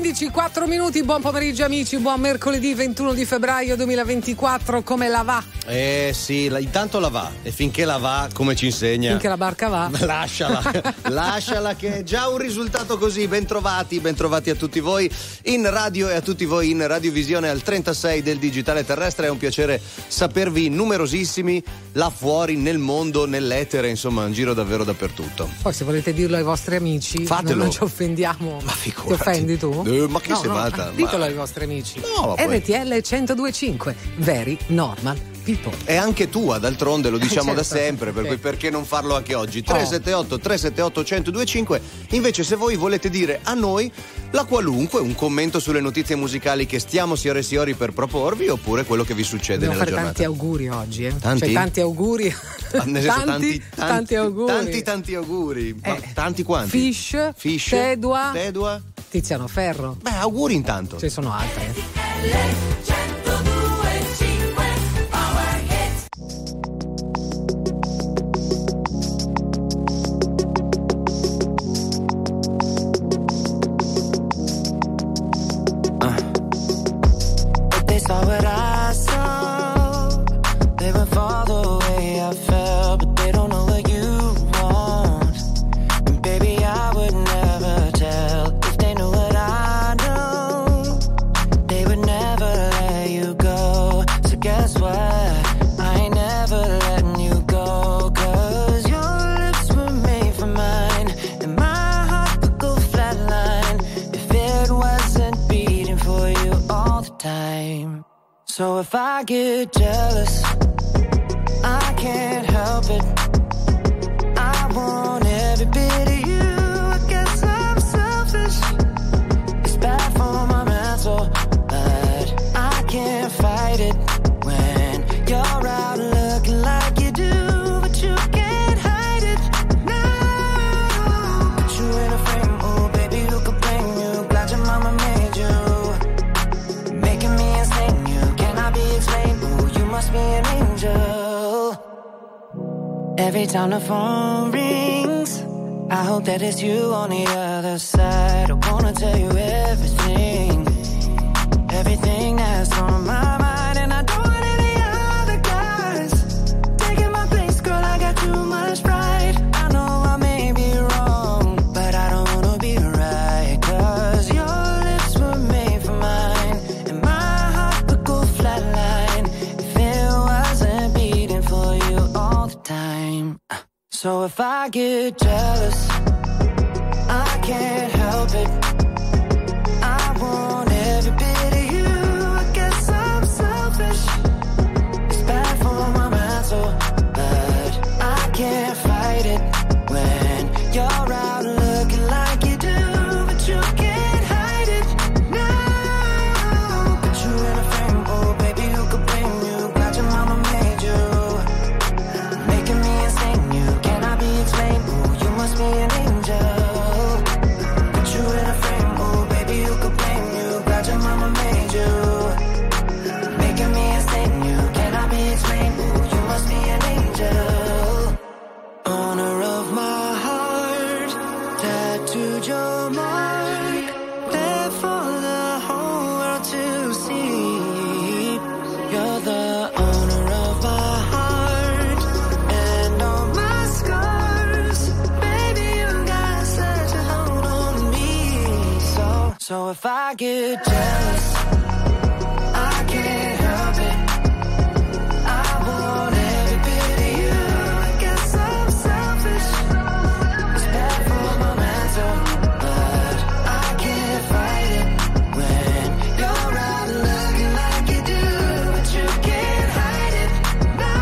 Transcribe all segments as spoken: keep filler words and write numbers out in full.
quindici, quattro minuti, buon pomeriggio amici, buon mercoledì ventuno di febbraio duemilaventiquattro, come la va? Eh sì, la, intanto la va, e finché la va, come ci insegna, finché la barca va, lasciala, lasciala che è già un risultato così. Bentrovati, bentrovati a tutti voi in radio e a tutti voi in radiovisione al trentasei del digitale terrestre. È un piacere sapervi numerosissimi là fuori nel mondo, nell'etere, insomma un giro davvero dappertutto. Poi se volete dirlo ai vostri amici, fatelo, non ci offendiamo. Ma figurati. Ti offendi tu? Eh, ma che no, sei no, matta? Ditelo ma... ai vostri amici. No, ma R T L centodue e cinque, very normal people. È anche tua, d'altronde lo diciamo certo, da sempre, per okay. cui perché non farlo anche oggi? tre sette otto tre sette otto centodue e cinque. Invece se voi volete dire a noi la qualunque, un commento sulle notizie musicali che stiamo siore siori per proporvi, oppure quello che vi succede Dobbiamo nella fare giornata. Tanti auguri oggi, eh? Tanti? Cioè tanti auguri. Ah, nel senso, tanti, tanti, tanti, tanti auguri. Tanti tanti auguri. Ma Eh, tanti quanti? Fish, Fish Tedua, Tedua, Tiziano Ferro. Beh, auguri intanto. Ce ne sono altre. So if I get jealous, I can't help it. I want every bit of you. I guess I'm selfish. It's bad for my mental, but I can't fight it when you're out looking like you do, but you can't hide it. No, put you in a frame, oh baby, who could blame you? Glad your mama made you, making me insane. Be explained, ooh, you must be an angel. Every time the phone rings, I hope that it's you on the other side. I wanna tell you everything, everything that's on my mind. And I don't want any other guys taking my place, girl, I got too much pride. I know I may be wrong, but I don't wanna be right, cause your lips were made for mine, and my flatline if it wasn't beating for you all the time. So if I get jealous, I can't help it. I want every bit of you. I guess I'm selfish. It's bad for my mental, but I can't fight it when you're out looking like you do, but you can't hide it. No, put you in a frame, oh baby, who could blame you? Glad your mama made you, making me insane. You cannot be explained, oh you must be an angel. Put you in a frame, oh baby, who could blame you? Glad your mama made you, making me insane. You cannot be explained, oh you must be an angel. Owner of my heart, tattooed your mark, there for the whole world to see. You're the owner of my heart and all my scars. Baby, you got such a hold on me. So, so if I get jealous, I can't help it. I want every bit of you. I guess I'm selfish. It's bad for my mental, but I can't fight it when you're out looking like you do, but you can't hide it. No,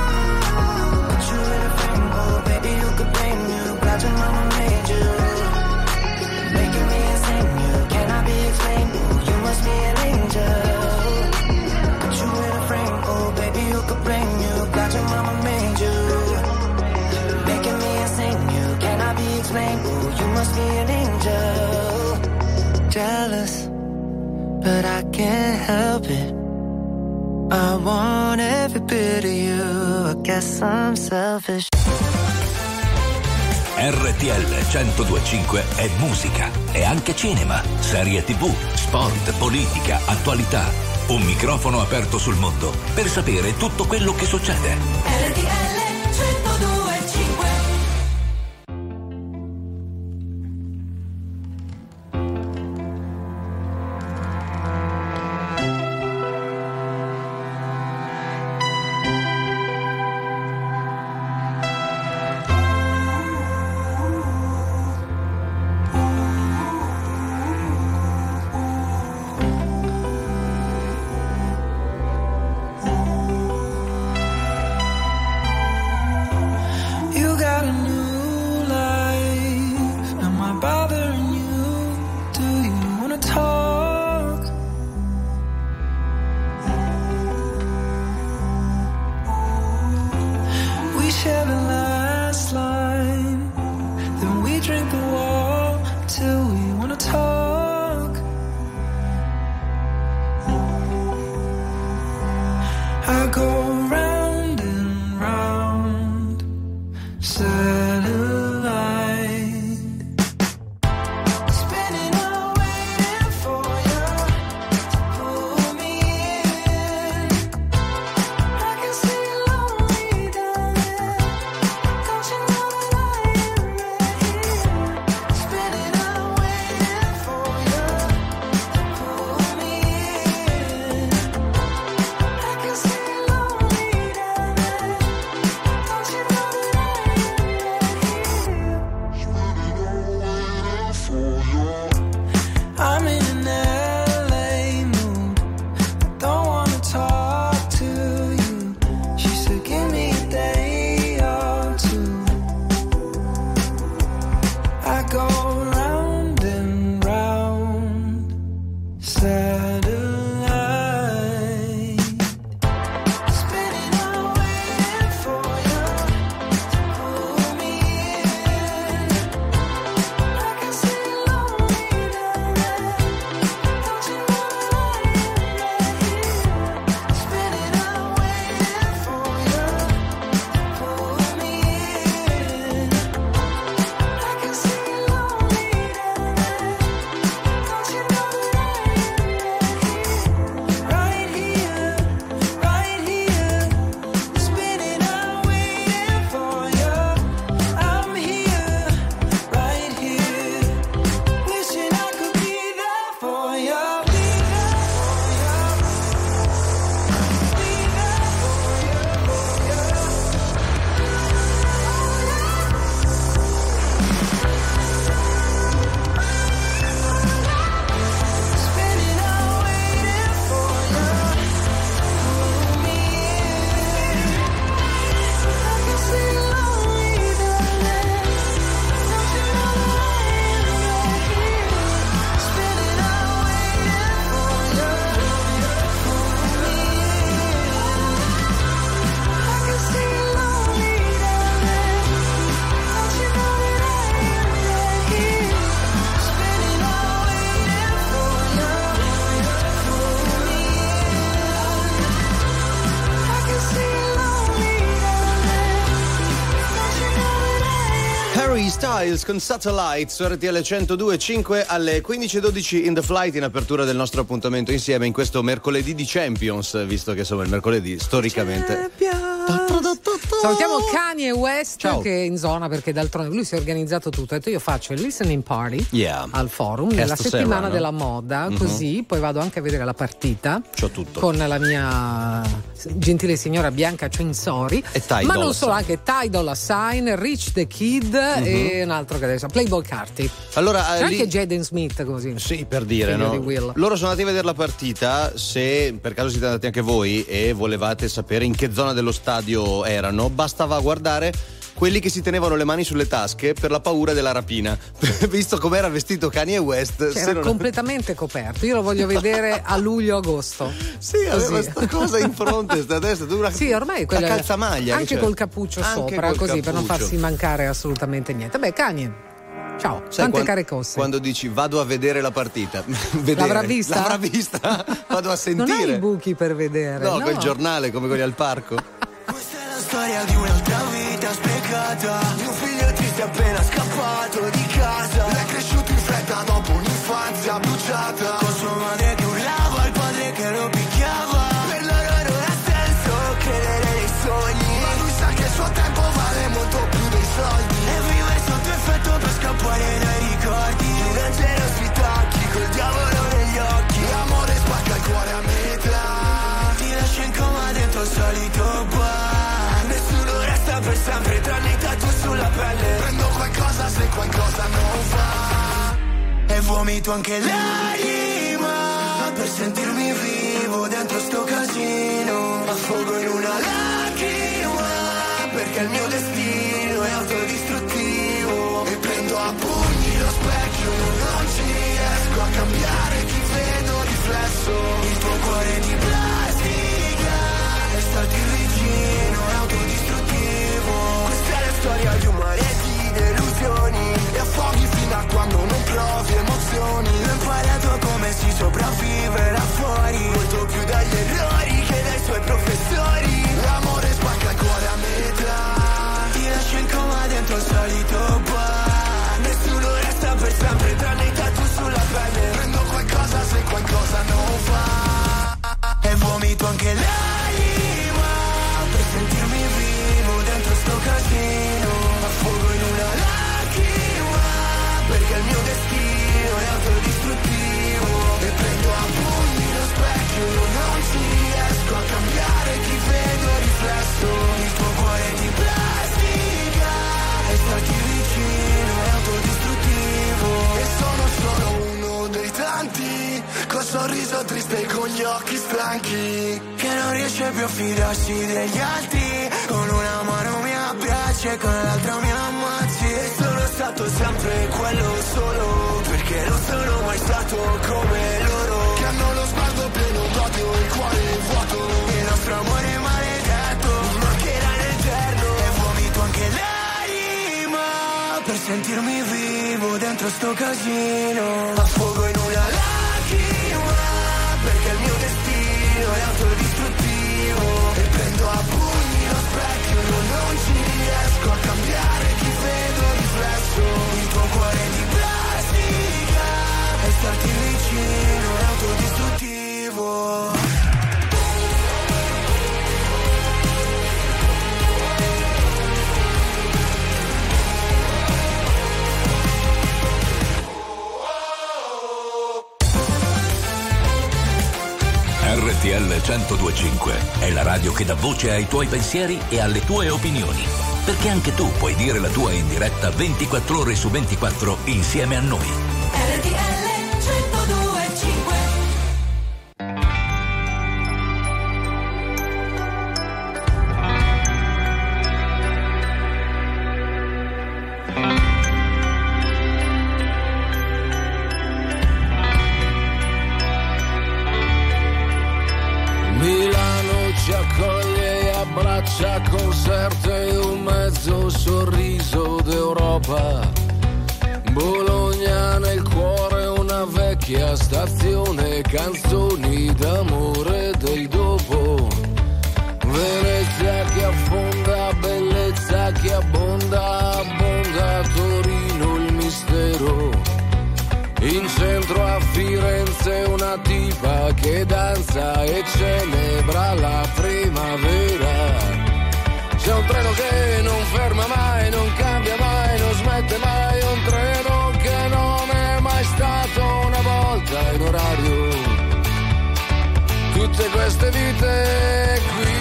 put you in a frame, oh baby, who could blame you? Glad your mama made you, making me insane. You cannot be explained, oh you must be an angel. Put you in a frame, oh baby, who could blame you? Glad your mama made you, making me insane. You cannot be explained, oh you must be an angel. Jealous, but I can't help it. I want every bit of you. I guess I'm selfish. R T L centodue e cinque è musica, è anche cinema, serie tivù, sport, politica, attualità. Un microfono aperto sul mondo per sapere tutto quello che succede. R T L centodue e cinque. Styles con Satellite su R T L centodue e cinque alle quindici e dodici in The Flight, in apertura del nostro appuntamento insieme in questo mercoledì di Champions, visto che insomma il mercoledì storicamente. Salutiamo Kanye West. Ciao. Che è in zona perché d'altronde lui si è organizzato tutto. Ha detto io faccio il listening party yeah. al forum Est nella settimana Serra, no? della moda, mm-hmm. così poi vado anche a vedere la partita. C'ho tutto. Con la mia gentile signora Bianca Censori. E Ty ma Dolla non solo, Sign. anche Ty Dolla Sign, Rich the Kid mm-hmm. e un altro che adesso Playboy Carti. Allora, c'è lì... anche Jaden Smith così. Sì, per dire, no? Loro sono andati a vedere la partita, se per caso siete andati anche voi e volevate sapere in che zona dello stadio erano, bastava guardare quelli che si tenevano le mani sulle tasche per la paura della rapina. Visto com'era vestito Kanye West, cioè, era non... completamente coperto. Io lo voglio vedere a luglio-agosto. Sì, aveva sta cosa in fronte, sta destra, una... sì, ormai quella la calzamaglia anche col cappuccio anche sopra, col così cappuccio. Per non farsi mancare assolutamente niente. Beh, Kanye. Ciao, sai, tante quando, care cose. Quando dici vado a vedere la partita, vedere, l'avrà vista? L'avrà vista, vado a sentire. Non hai i buchi per vedere. No, no. quel giornale come quelli al parco. Questa è la storia di un'altra vita sprecata, di un figlio triste è appena scappato di casa. È cresciuto in fretta dopo un'infanzia bruciata, con sua madre che urlava, il padre che lo picchiava. Per loro non ha senso credere nei sogni, ma lui sa che il suo tempo vale molto più dei soldi. E vive sotto effetto per scappare dai ricordi di una generosità chi col diavolo negli occhi. L'amore spacca il cuore a metà, ti lascia in coma dentro il solito bar. Nessuno resta per sempre tranne i tatu sulla pelle. Prendo qualcosa se qualcosa non va, e vomito anche l'anima per sentirmi vivo dentro sto casino. Affogo in una lacrima perché il mio destino è autodistruttivo. E prendo a pugni lo specchio, non ci riesco a cambiare chi vedo riflesso. Il tuo cuore di plastica è stato il vicino, è autodistruttivo. Questa è la storia di un mare di delusioni, e affoghi fino a quando non provi emozioni. Ho imparato come si sopravvive là fuori, molto più dagli errori che dai suoi professori. L'amore spacca il cuore a metà, ti lascia in coma dentro il solito bar. Nessuno resta per sempre tranne i tatu sulla pelle. Prendo qualcosa se qualcosa non va, e vomito anche l'anima per sentirmi vivo dentro sto casino. Affogo in una lacrima perché il mio destino è autodistruttivo. E prendo a pugni lo specchio, non ci riesco a cambiare chi vedo riflesso. Il tuo cuore di plastica è stato vicino, è autodistruttivo. E sono solo uno dei tanti col sorriso triste e con gli occhi stanchi, che non riesce più a fidarsi degli altri. Con una mano mi abbracci e con l'altra mi ammazzi. E sono stato sempre quello solo, perché non sono mai stato come loro, che hanno lo sguardo pieno d'odio e il cuore vuoto. Il nostro amore maledetto mi mancherà nell'eterno, e vomito anche l'anima per sentirmi vivo dentro sto casino. Affogo in una lacrima perché il mio destino è autodistruttivo. E prendo a pugni lo specchio, non ci riesco a cambiare chi vedo riflesso. Il tuo cuore di plastica è starti vicino, è autodistruttivo. R T L centodue e cinque è la radio che dà voce ai tuoi pensieri e alle tue opinioni, perché anche tu puoi dire la tua in diretta ventiquattro ore su ventiquattro insieme a noi. R T L centodue e cinque. Ci accoglie e abbraccia concerto e un mezzo sorriso d'Europa. Bologna nel cuore, una vecchia stazione, canzoni d'amore del dopo. Venezia che affonda, bellezza che abbonda, abbonda Torino il mistero. In centro a Firenze una tipa che danza e celebra la primavera. C'è un treno che non ferma mai, non cambia mai, non smette mai. Un treno che non è mai stato una volta in orario. Tutte queste vite qui,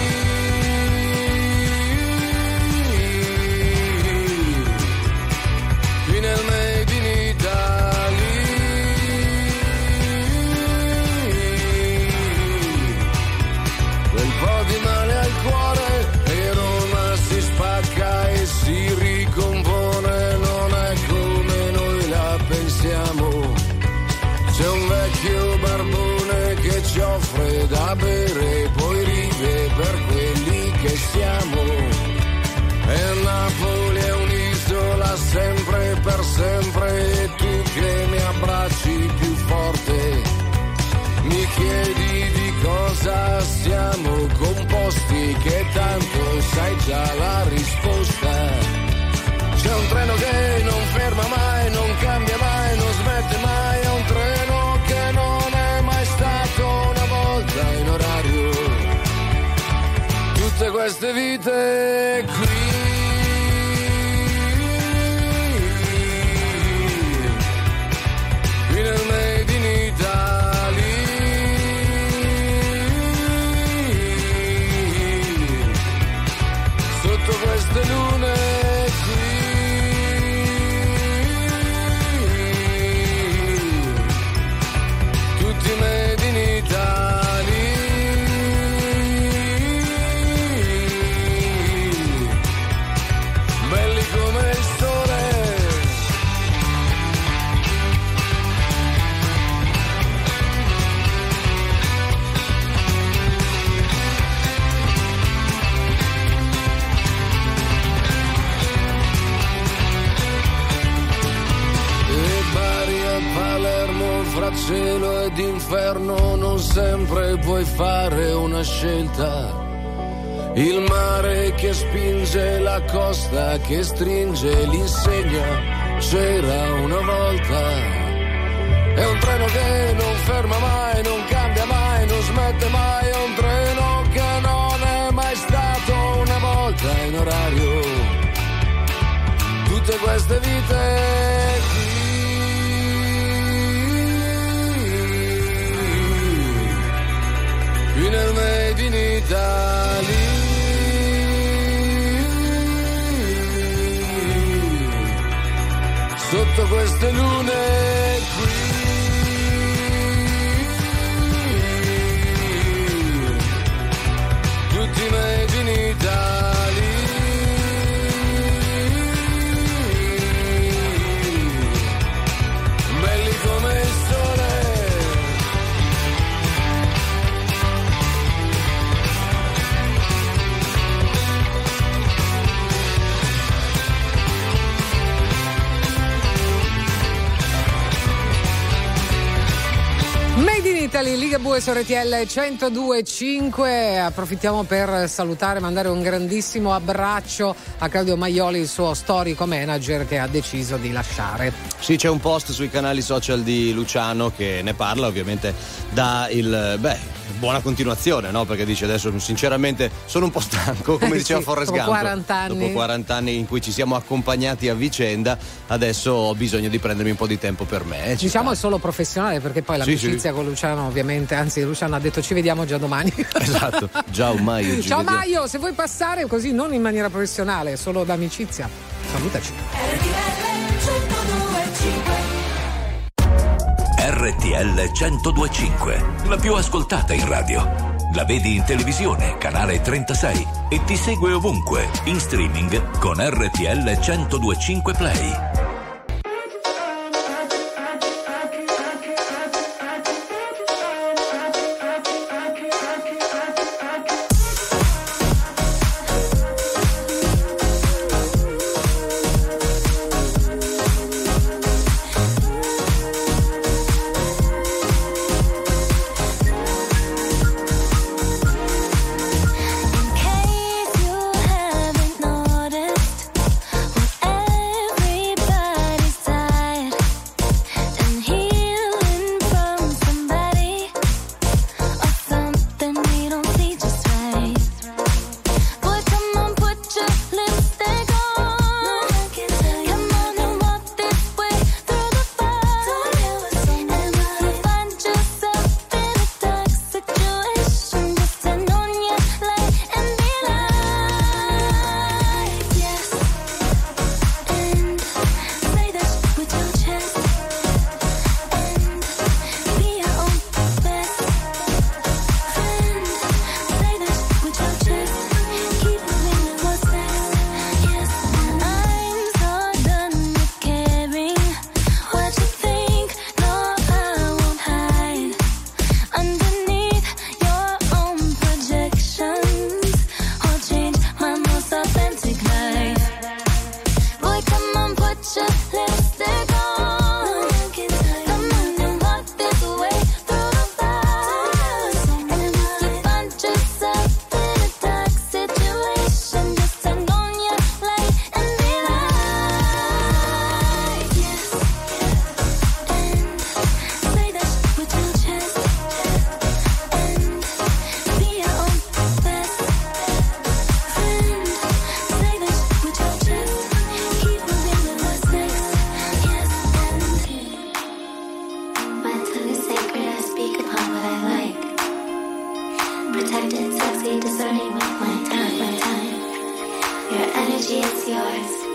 qui nel Made in Italy. Un po' di male al cuore e Roma si spacca e si ricompone, non è come noi la pensiamo. C'è un vecchio barbone che ci offre da bere, poi ride per quelli che siamo. E Napoli è un'isola sempre per sempre, e tu che mi abbracci più forte mi chiedi di cosa siamo composti, che tanto sai già la risposta. C'è un treno che queste vite qui, qui nel Made in Italy, sotto queste lune qui, tutti Made in Italy, belli come il sole. E Bari e Palermo, fra cielo ed inferno, non sempre puoi fare una scelta. Il mare che spinge, la costa che stringe, l'insegna c'era una volta. È un treno che non ferma mai, non cambia mai, non smette mai. È un treno che non è mai stato una volta in orario. Tutte queste vite qui, qui nel Made in Italy, sotto queste lune qui, tutti Made in Italy, belli come il sole. Made in Italy, Ligabue su R T L centodue e cinque. Approfittiamo per salutare, mandare un grandissimo abbraccio a Claudio Maioli, il suo storico manager che ha deciso di lasciare. Sì, c'è un post sui canali social di Luciano che ne parla, ovviamente dà il beh buona continuazione, no? Perché dice adesso sinceramente sono un po' stanco, come Eh diceva sì, Forrest dopo Gump. quaranta anni. Dopo quaranta anni in cui ci siamo accompagnati a vicenda, adesso ho bisogno di prendermi un po' di tempo per me. eh, ci Diciamo sta. è solo professionale, perché poi l'amicizia sì. con Luciano, ovviamente, anzi Luciano ha detto ci vediamo già domani. Esatto, già un maio. ci Ciao vediamo. Maio, se vuoi passare così non in maniera professionale, solo d'amicizia, salutaci. R T L centodue e cinque, la più ascoltata in radio. La vedi in televisione, canale trentasei, e ti segue ovunque, in streaming con R T L centodue e cinque Play. In case you haven't noticed, what everybody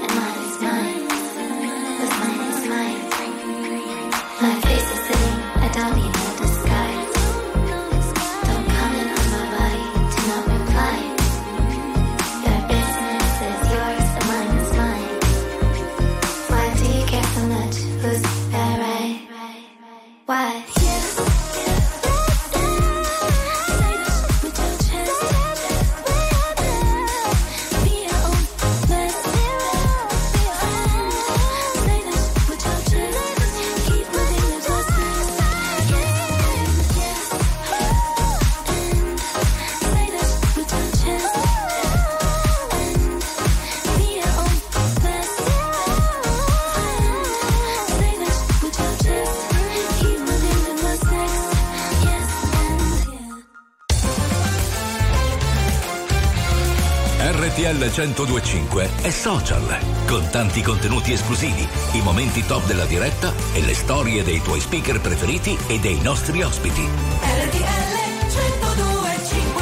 R T L centodue e cinque è social, con tanti contenuti esclusivi, i momenti top della diretta e le storie dei tuoi speaker preferiti e dei nostri ospiti. R T L centodue e cinque.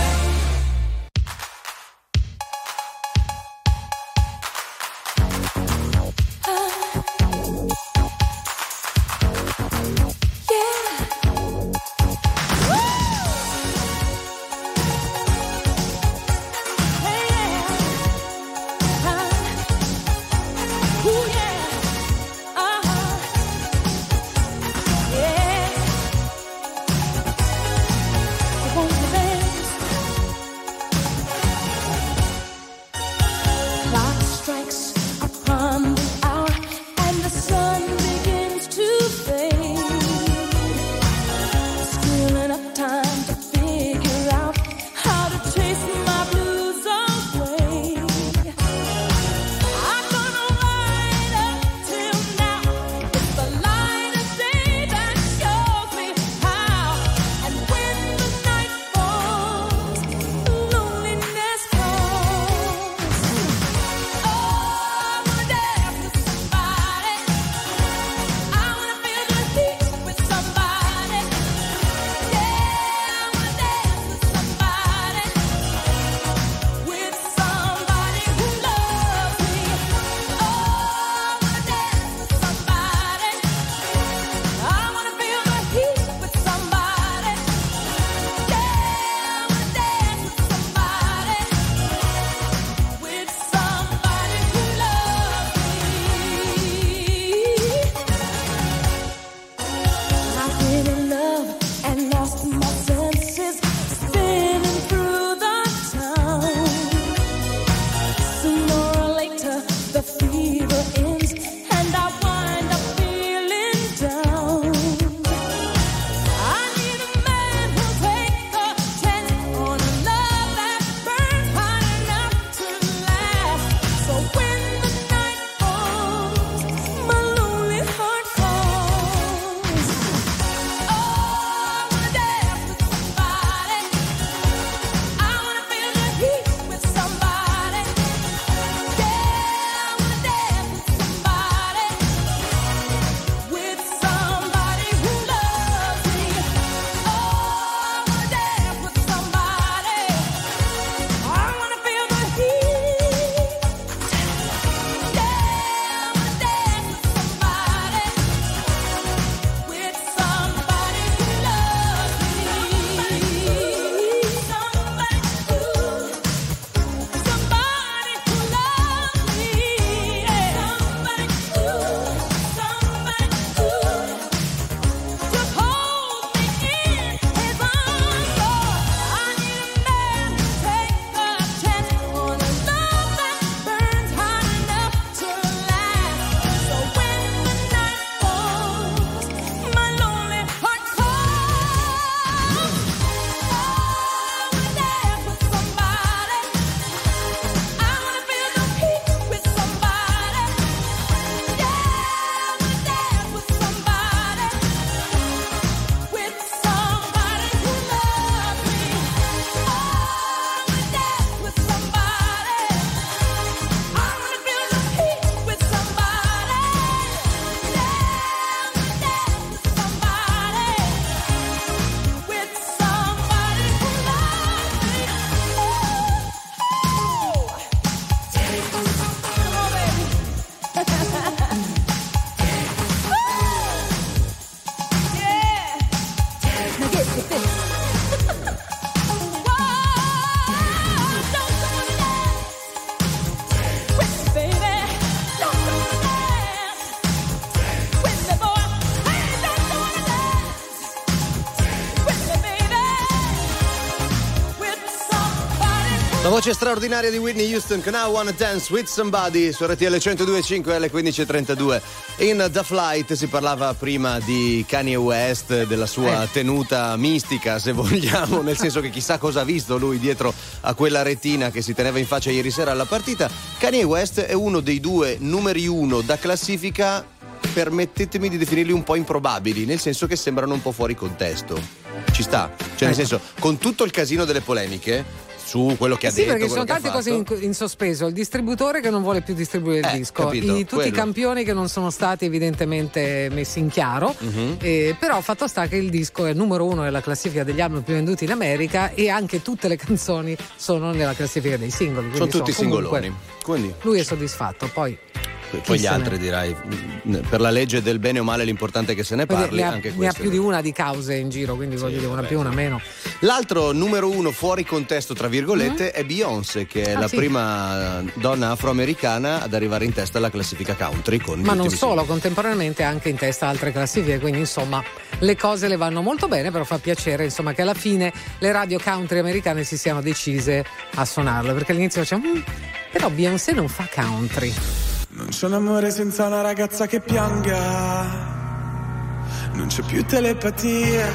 Voce straordinaria di Whitney Houston con I Wanna Dance With Somebody su R T L centodue e cinque alle quindici e trentadue. In The Flight si parlava prima di Kanye West, della sua eh. tenuta mistica, se vogliamo, nel senso che chissà cosa ha visto lui dietro a quella retina che si teneva in faccia ieri sera alla partita. Kanye West è uno dei due numeri uno da classifica, permettetemi di definirli un po' improbabili, nel senso che sembrano un po' fuori contesto. Ci sta, cioè nel senso, con tutto il casino delle polemiche su quello che ha sì, detto, perché ci sono tante cose in, in sospeso, il distributore che non vuole più distribuire il eh, disco, capito, i, tutti quello. i campioni che non sono stati evidentemente messi in chiaro, uh-huh. eh, però fatto sta che il disco è numero uno nella classifica degli album più venduti in America e anche tutte le canzoni sono nella classifica dei singoli, sono tutti sono comunque, singoloni, quindi lui è soddisfatto. Poi poi gli altri dirai, per la legge del bene o male l'importante è che se ne parli, ne ha, anche ne ha più di una di cause in giro, quindi sì, voglio dire una vabbè, più una meno. L'altro numero uno fuori contesto tra virgolette mm-hmm. è Beyoncé, che è ah, la sì. prima donna afroamericana ad arrivare in testa alla classifica country con ma non solo, singoli. Contemporaneamente anche in testa altre classifiche, quindi insomma le cose le vanno molto bene, però fa piacere insomma che alla fine le radio country americane si siano decise a suonarlo, perché all'inizio facciamo mm, però Beyoncé non fa country. Non c'è un amore senza una ragazza che pianga, non c'è più telepatia,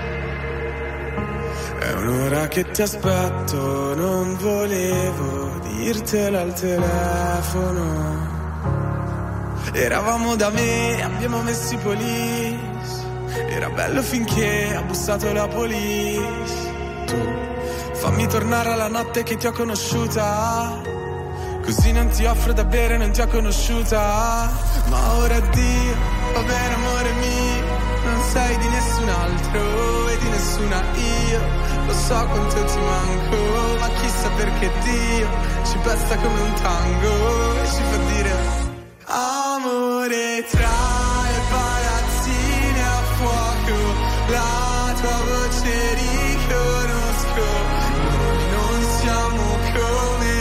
è un'ora che ti aspetto, non volevo dirtelo al telefono. Eravamo da me, abbiamo messo i police, era bello finché ha bussato la police. Tu fammi tornare alla notte che ti ho conosciuta, così non ti offro da bere, non ti ho conosciuta. Ma ora addio, va bene amore mio, non sei di nessun altro e di nessuna io. Lo so quanto ti manco, ma chissà perché Dio ci pesta come un tango e ci fa dire amore tra le palazzine a fuoco. La tua voce riconosco, noi non siamo come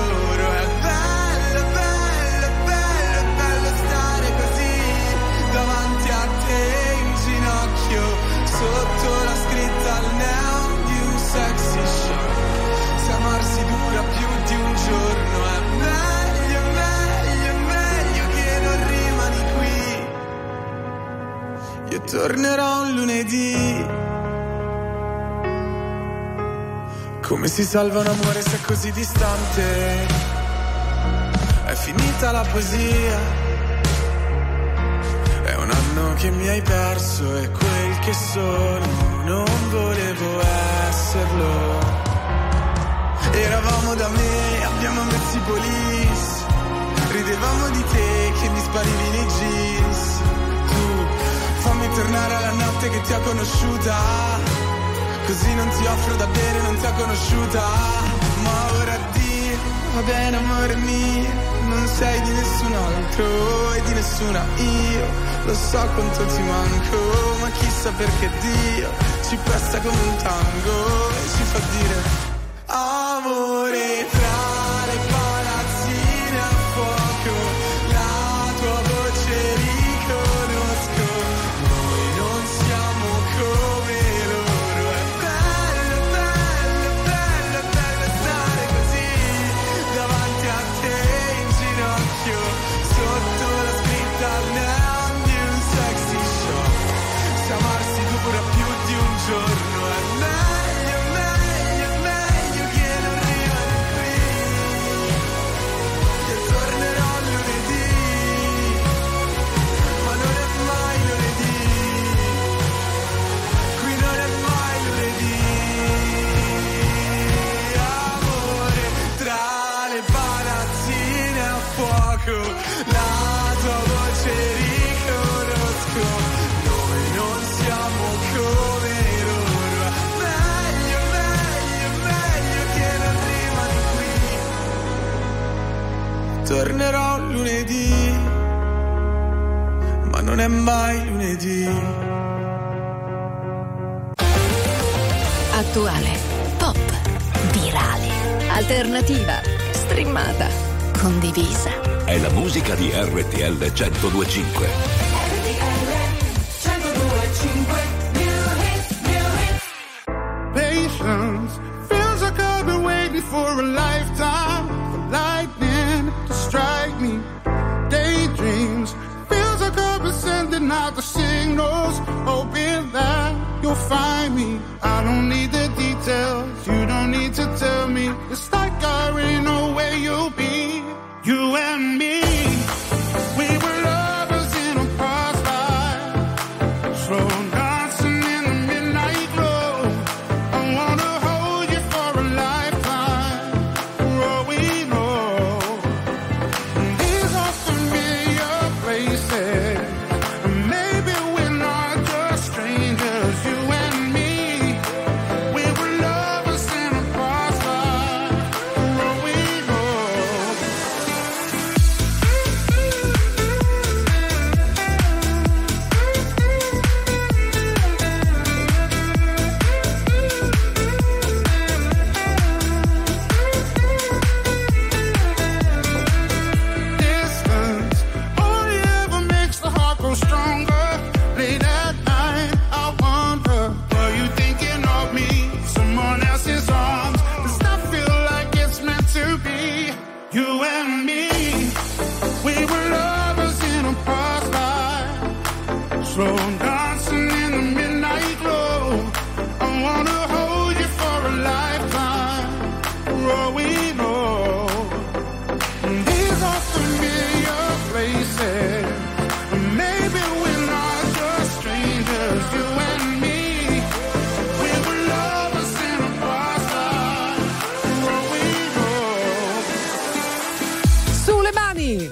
sotto la scritta al neon di un sexy show. Se amarsi dura più di un giorno è meglio, meglio, meglio che non rimani qui. Io tornerò un lunedì. Come si salva un amore se è così distante? È finita la poesia. È un anno che mi hai perso e quel che sono non volevo esserlo. Eravamo da me, abbiamo messo i police, ridevamo di te che mi sparivi nei jeans. Tu fammi tornare alla notte che ti ho conosciuta, così non ti offro da bere, non ti ho conosciuta. Ma ora addio, va bene amore mio, non sei di nessun altro e di nessuna io. Lo so quanto ti manco, ma chissà perché Dio ci pesta come un tango e ci fa dire amore tra le palazzine a fuoco. La tua voce riconosco, noi non siamo come loro. È bello, bello, bello, bello stare così davanti a te in ginocchio, sotto la scritta al neon di un sexy show. Se amarsi dura più di un giorno è meglio, meglio, meglio che non rimani qui. Io tornerò lunedì, ma non è mai lunedì, qui non è mai lunedì. Amore tra le palazzine a fuoco, la tua voce riconosco, noi non siamo come loro. Meglio, meglio, meglio che non rimani qui. Tornerò lunedì, ma non è mai lunedì. Attuale, pop, virale, alternativa, streamata, condivisa. È la musica di R T L centodue e cinque. Patience feels like I've been waiting for a lifetime. sending out the signals, hoping that you'll find me. I don't need the details, you don't need to tell me. It's like I already know where you'll be. You and me, we were lovers in a past life, slow dancing in the midnight glow. I wanna hold you for a lifetime, for all we know. These are familiar places, and maybe we're not just strangers. You and me, we were lovers in a past life, for all we know. Distance only ever makes the heart grow stronger. Late at night, I wonder, are you thinking of me? Someone else's arms. Does that feel like it's meant to be? You and me, we were lovers in a past life, slow dancing in the midnight glow. I wanna hold you for a lifetime, for all we know. These are familiar places, and maybe we're not just strangers. You and me, we were lovers in a past life, for all we know. Sulle mani!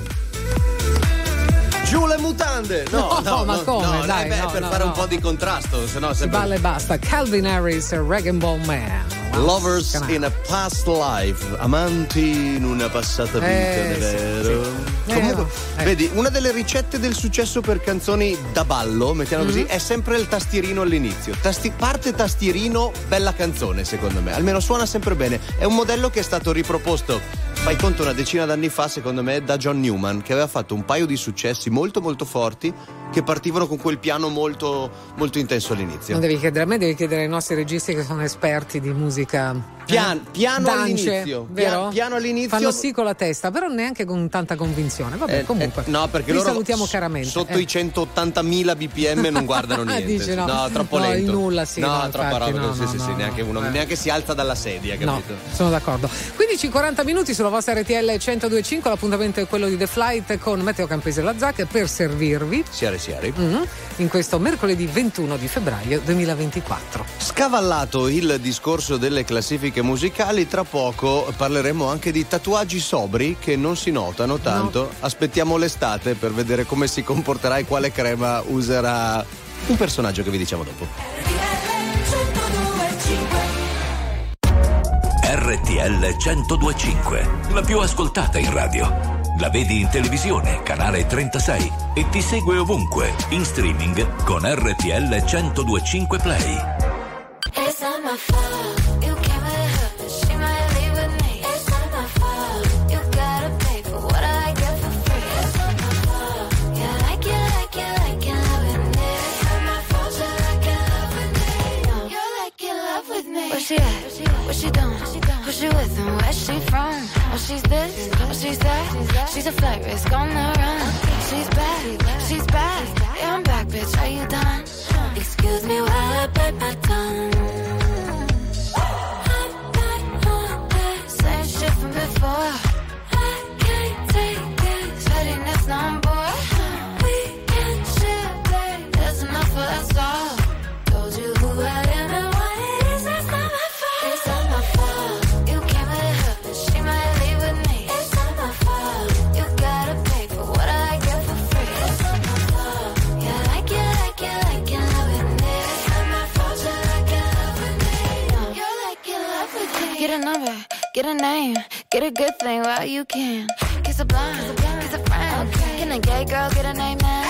Giù le mutande! No, No, no, ma no, come? no, Dai, eh beh, no, per no, fare no. un po' di contrasto, se no Si sempre... balla e basta. Calvin Harris, Rag and Bone Man. Lovers Canale. in a past life, amanti in una passata vita, Eh, è sì, vero? sì. Comunque, Eh, eh. vedi, una delle ricette del successo per canzoni da ballo, mettiamo così, è sempre il tastierino all'inizio. Tasti- parte tastierino, bella canzone, secondo me. Almeno suona sempre bene. È un modello che è stato riproposto, fai conto, una decina d'anni fa, secondo me, da John Newman, che aveva fatto un paio di successi molto molto forti che partivano con quel piano molto molto intenso all'inizio. Non devi chiedere a me, devi chiedere ai nostri registi che sono esperti di musica. Pian- eh, piano dance, all'inizio, vero? pia- piano all'inizio. Fanno sì con la testa, però neanche con tanta convinzione. Vabbè, Eh, comunque. eh, no, perché li loro salutiamo s- caramente. sotto eh. i centottantamila B P M non guardano niente. Dici no? troppo No, lento. in nulla, sì, No, no, troppa infatti, roba. no, sì, no, sì, no, sì, no. neanche uno Eh. neanche si alza dalla sedia, No, capito? sono d'accordo. quindici e quaranta minuti sulla vostra R T L centodue e cinque, l'appuntamento è quello di The Flight con Matteo Campese e la Zacca per servirvi Siare, siare. mm, in questo mercoledì ventuno di febbraio duemilaventiquattro. Scavallato il discorso delle classifiche musicali, tra poco parleremo anche di tatuaggi sobri che non si notano tanto. Aspettiamo l'estate per vedere come si comporterà e quale crema userà un personaggio che vi diciamo dopo. R T L centodue e cinque, la più ascoltata in radio. La vedi in televisione, canale trentasei, e ti segue ovunque, in streaming con R T L centodue e cinque Play. It's not my fault. You came with her, but she might leave with me. It's not my fault. You gotta pay for what I get for free. It's not my fault. You like it, like it, like it, loving it. It's not my fault. You like it, loving it. No, you like it, love with me. Where she at? What she doing? Who she with and where she from? Oh, she's this, oh, she's that. She's a flight risk on the run. She's back, she's back. Yeah, I'm back, bitch. Are you done? Excuse me while I bite my tongue. I'm back on that same shit from before. I can't take this pettiness no more. We can share, babe. There's enough for us all. Told you who I am and what it is. That's not my fault. It's not my fault. You came with her, but she might leave with me. It's not my fault. You gotta pay for what I get for free. It's not my fault. You like it, like it, like it, loving it. It's not my fault. You like it, loving it. No, you like it, love with me. Get a number, get a name, get a good thing while you can. Kiss a blind, kiss a friend. Can a gay girl get a name now?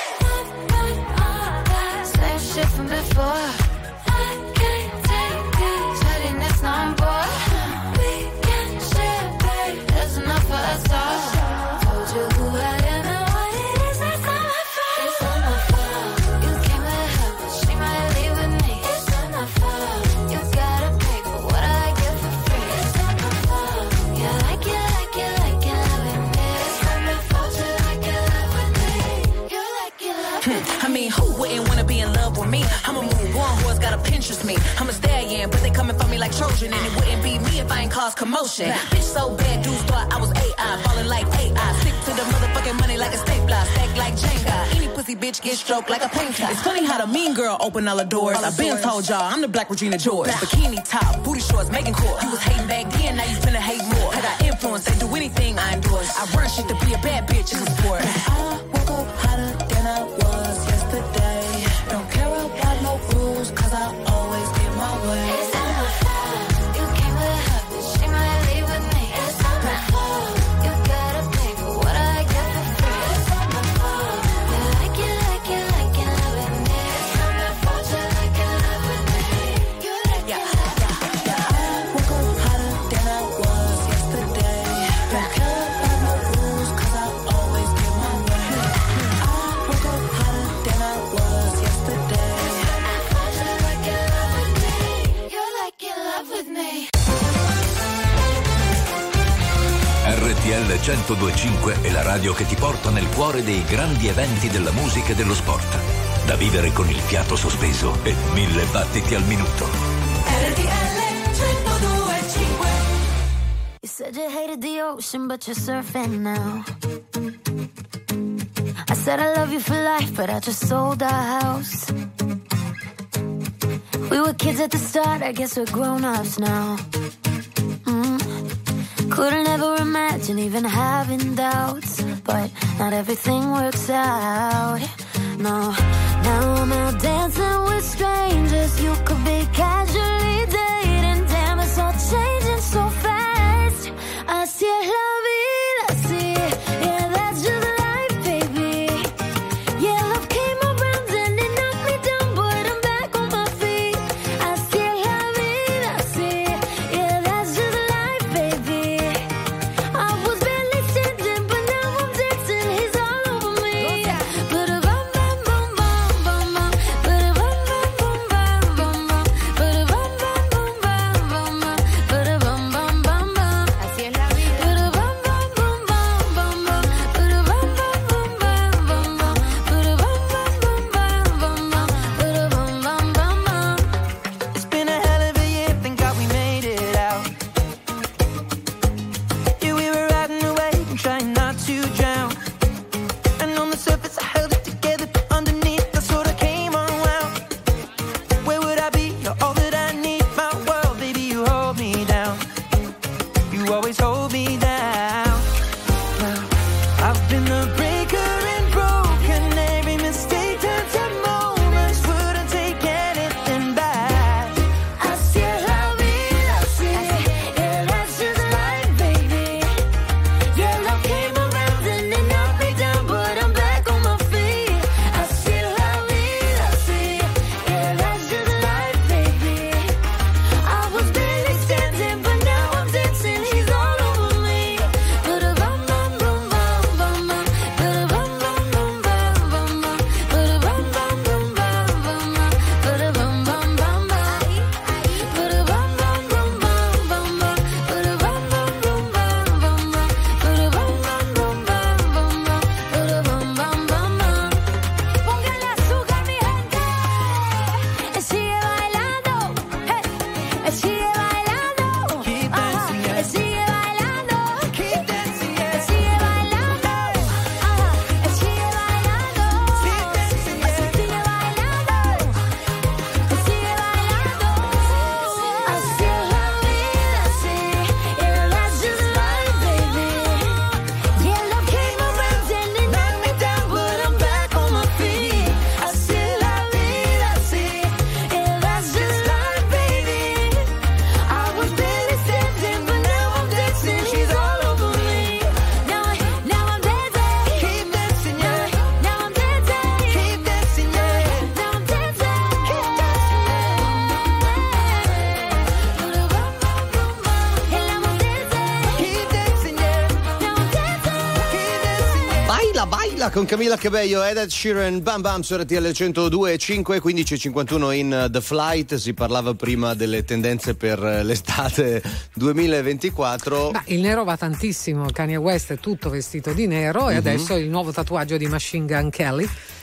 Same shit from before. I can't take this pettiness no more. We can share, babe. There's enough for us all. Told you who I am and what it is. That's not my fault. It's not my fault. You came with her, but she might leave with me. It's not my fault. You gotta pay for what I get for free. It's not my fault. You like it, like it, like it, loving it. It's not my fault. You like it, loving it. You like it, loving it. I mean, who wouldn't wanna be in love with me? I'm a move on, who's gotta Pinterest me? I'm a stallion, but they coming for me like Trojan, and it wouldn't be me if I ain't cause commotion. Bitch so bad, dudes thought I was A I, falling like A I. Stick to the motherfucking money like a stapler, stack like Jenga. Any pussy bitch get stroked like a painter. It's funny how the mean girl open all the doors. I've been told y'all I'm the Black Regina George. Bikini top, booty shorts, making court. You was hating back then, now you finna hate more. I got influence, they do anything I endorse. I run shit to be a bad bitch in the sport. I woke up hotter than I was yesterday. Don't care about no rules, cause I always get my way. It's not my fault. You came with her, but she might leave with me. It's not my fault. You gotta pay for what I get for free. It's not my fault. You like it, like it, like it, love with me. It's not my fault. You like it, love with me. You like it, like it. I woke up hotter than I was yesterday. Don't care about no rules, cause I always get my way. I woke up hotter than I was yesterday. You like it, love with me. You like it, love with me. R T L centodue e cinque è la radio che ti porta nel cuore dei grandi eventi della musica e dello sport. Da vivere con il fiato sospeso e mille battiti al minuto. R T L centodue e cinque. You said you hated the ocean, but you're surfing now. I said I love you for life, but I just sold our house. We were kids at the start, I guess we're grown-ups now. Mm. Couldn't ever imagine even having doubts, but not everything works out. No, now I'm out dancing with strangers. You could be casually dating. Damn, it's all changing so fast. Así es la vida, sí. Yeah, that's just life, baby. Yeah, love came around and it knocked me down, but I'm back on my feet. Así es la vida, sí. Yeah, that's just life, baby. I was barely standing, but now I'm dancing. He's all over me. Ba-da-bum, bum, bum, bum, bum, bum. Ba-da-bum, bum, bum, bum, bum, bum. Ba-da-bum, bum, bum, bum, bum, bum. Ba-da-bum, bum, bum, bum. Así es la vida. Ba-da-bum, bum, bum, bum, bum, bum. Ba-da-bum, bum, bum, bum, bum, bum. Ba-da-bum, bum, bum, bum, bum, bum. Ba-da-bum, bum, bum, bum. It's been a hell of a year, thank God we made it out. Yeah, we were riding away and trying not to drown. And on the surface I held it together, but underneath I sort of came unwound. Where would I be? You're all that I need, my world, baby, you hold me down. You always hold me down. Well, I've been the breaker and broken. Every mistake turns to moments. Wouldn't take anything back. Así es la vida, sí. Yeah, that's just life, baby. Yeah, love came around and it knocked me down, but I'm back on my feet. Así es la vida, sí. Yeah, that's just life, baby. I was barely standing, but now I'm dancing. He's all over me. Ba-da-bum, bum, bum, bum, bum, bum. Ba-da-bum, bum, bum, bum, bum, bum. Ba-da-bum, bum, bum, bum, bum, bum. Ba-da-bum, bum, bum, bum. Ba-da-bum, bum, bum, bum, bum, bum. Ba-da-bum, bum, bum, bum, bum, bum. Ba-da-bum, bum, bum, bum, bum, bum. Ba-da-bum, bum, bum, bum. Póngale azúcar, mi gente. Y sigue bailando. Hey. Y sigue bailando. Keep dancing, yeah. Y sigue bailando. Keep dancing, Y yeah. sigue bailando. Ajá. Y sigue bailando. Keep dancing, Y yeah. sigue bailando. Y sigue bailando. Así es la vida, sí. Yeah, that's just life, baby. Yeah, love came around and it knocked me down, but I'm back on my feet. Así es la vida, sí. Yeah, that's just life, baby. I was barely standing, but now I'm dancing. She's all over me. Now, I- now I'm dancing. Keep dancing, yeah. Now I'm dancing. Keep dancing, yeah. Now I'm dancing. Keep dancing, yeah. Keep dancing, yeah. Baila, baila con Camilla Cabello, Ed Sheeran, Bam Bam su R T L centodue e cinque, quindici e cinquantuno in uh, The Flight. Si parlava prima delle tendenze per uh, l'estate duemilaventiquattro. Ma il nero va tantissimo, Kanye West è tutto vestito di nero e Mhm. adesso il nuovo tatuaggio di Machine Gun Kelly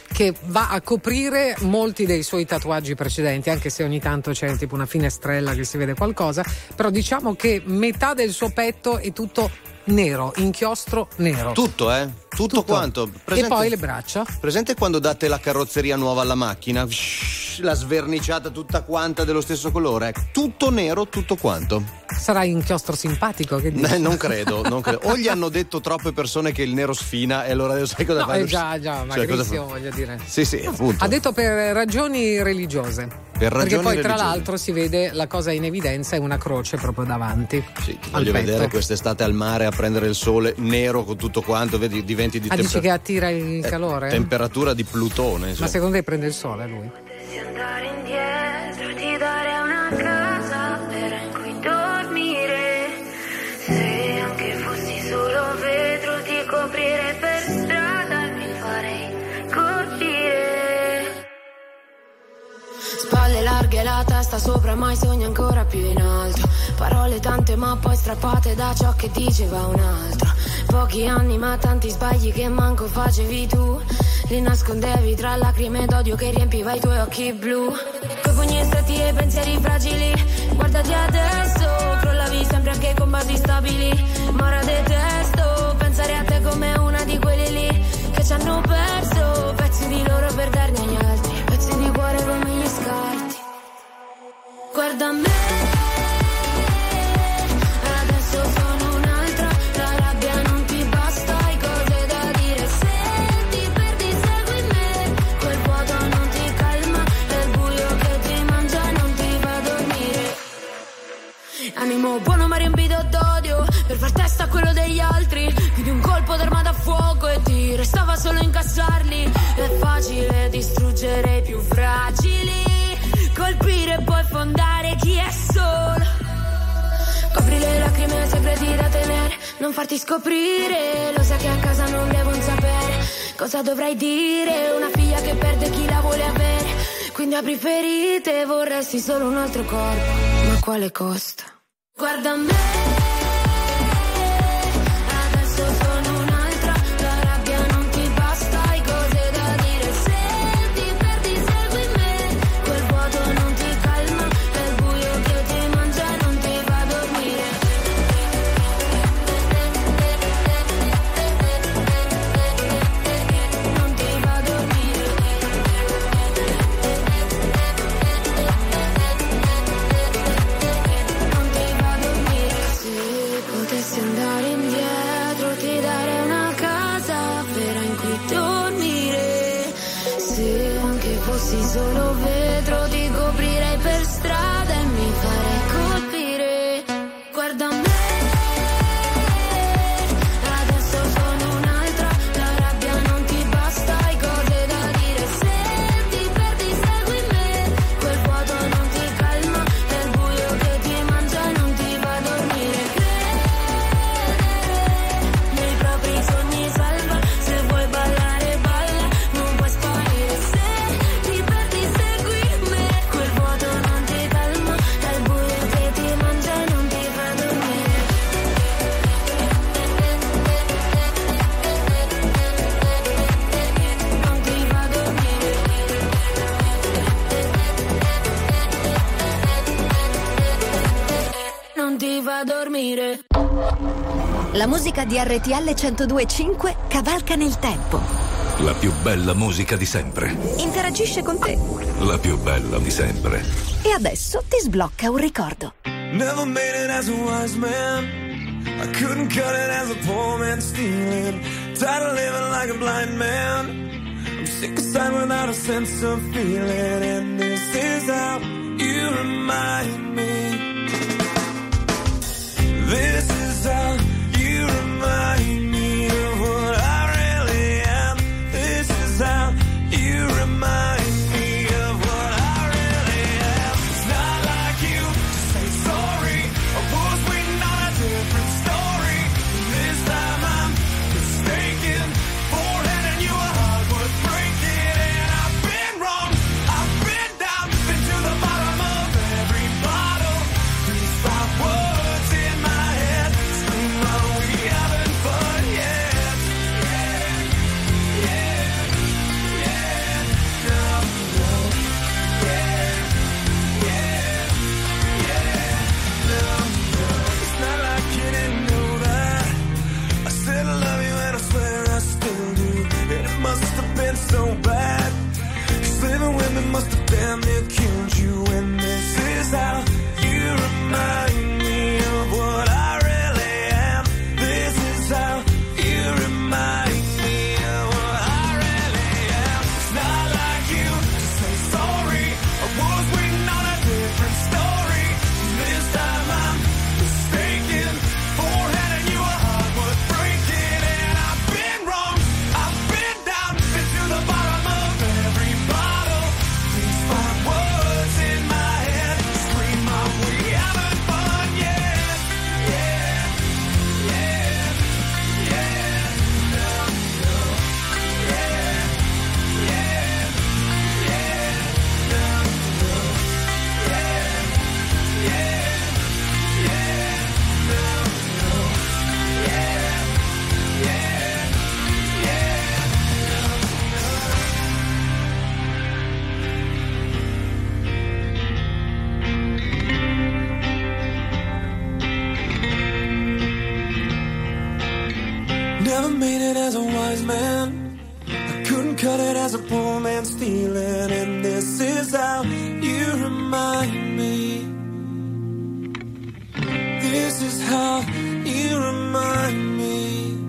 che va a coprire molti dei suoi tatuaggi precedenti, anche se ogni tanto c'è tipo una finestrella che si vede qualcosa, però diciamo che metà del suo petto è tutto nero, inchiostro nero. Tutto, eh? Tutto, Tutto. quanto. Presente, e poi le braccia. Presente quando date la carrozzeria nuova alla macchina? Shhh, la sverniciata tutta quanta dello stesso colore. Tutto nero, tutto quanto. Sarà inchiostro simpatico, che dici? Eh, non credo, non credo. O gli hanno detto troppe persone che il nero sfina e allora sai cosa No, fai? eh, già, già, Cioè, magrissimo, cosa fa? voglio dire. Sì, sì, appunto. Ha detto per ragioni religiose. Per ragioni Perché poi tra religiose. l'altro si vede la cosa in evidenza è una croce proprio davanti. Sì, ti al voglio petto. vedere quest'estate al mare a prendere il sole nero con tutto quanto, vedi, diventi di Ah, dici temper- che attira il eh, calore? temperatura di Plutone. Ma insomma. secondo te prende il sole lui? Potessi andare indietro, ti dare una casa vera in cui dormire. Se anche fossi solo vetro, ti coprirei per strada e mi farei colpire. Spalle larghe, la testa sopra, mai sogni ancora più in alto. Parole tante ma poi strappate da ciò che diceva un altro. Pochi anni ma tanti sbagli che manco facevi tu. Li nascondevi tra lacrime d'odio che riempiva i tuoi occhi blu. Coi pugni stretti e pensieri fragili, guardati adesso, crollavi sempre anche con basi stabili. Ma ora detesto pensare a te come una di quelli lì che ci hanno perso pezzi di loro per darne agli altri, pezzi di cuore come gli scarti. Guarda me, adesso sono un'altra, la rabbia non ti basta, hai cose da dire. Se ti perdi segui me, quel vuoto non ti calma, è il buio che ti mangia, non ti fa dormire. Animo buono ma riempito d'odio, per far testa a quello degli altri, più di un colpo d'arma da fuoco e ti restava solo incassarli. È facile distruggere i più fragili, colpire e poi fondare chi è solo. Copri le lacrime, segreti da tenere, non farti scoprire. Lo sai che a casa non devono sapere cosa dovrai dire. Una figlia che perde chi la vuole avere, quindi apri ferite, vorresti solo un altro corpo, ma a quale costo? Guarda me, adesso sono un'altra, la rabbia non ti basta, hai cose da dire. Se ti perdi segui me, quel vuoto non ti calma, è il buio che ti mangia, non ti fa dormire. Non ti fa dormire. Non ti fa dormire. Se potessi andare indietro, ti darei una casa vera in cui dormire. Se anche fossi solo vetro, ti coprirei per strada e mi farei colpire. Guarda me, adesso sono un'altra, la rabbia non ti basta, hai cose da dire. Se ti perdi segui me, quel vuoto non ti calma, è il buio che ti mangia, non ti fa dormire. Credere nei propri sogni salva, se vuoi ballare balla, non puoi sparire. Se ti perdi segui me, quel vuoto non ti calma, è il buio che ti mangia, non ti fa dormire. Non ti fa dormire. Non ti fa dormire. La musica di R T L centodue e cinque cavalca nel tempo. La più bella musica di sempre. Interagisce con te. La più bella di sempre. E adesso ti sblocca un ricordo. Never made it as a wise man. I couldn't cut it as a poor man stealing. Tired of living like a blind man. I'm sick aside without a sense of feeling. And this is how you remind me. This is how you remind me of what I really am. This is how you remind me of what I really am. It's not like you to say sorry. I was waiting on a different story. This time I'm mistaken for handing you a heart worth breaking. And I've been wrong, I've been down, been to the bottom of every bottle. These five words in my head scream so bad. 'Cause living with me must have damn near killed you. And this is how you remind me of what I really am. This is how you remind me of what I really am. It's not like you to say sorry. I was waiting on a different story. This time I'm mistaken for handing you a heart worth breaking. And I've been wrong, I've been down, been to the bottom of every bottle. These five words in my head scream out, we haven't fun yet. Yeah, yeah, yeah, no, no, yeah, yeah, yeah, no, no, yeah, yeah, yeah, no, no, yeah, yeah, yeah, Never made it as a wise man. I couldn't cut it as a poor man stealing. And this is how you remind me. This is how you remind me.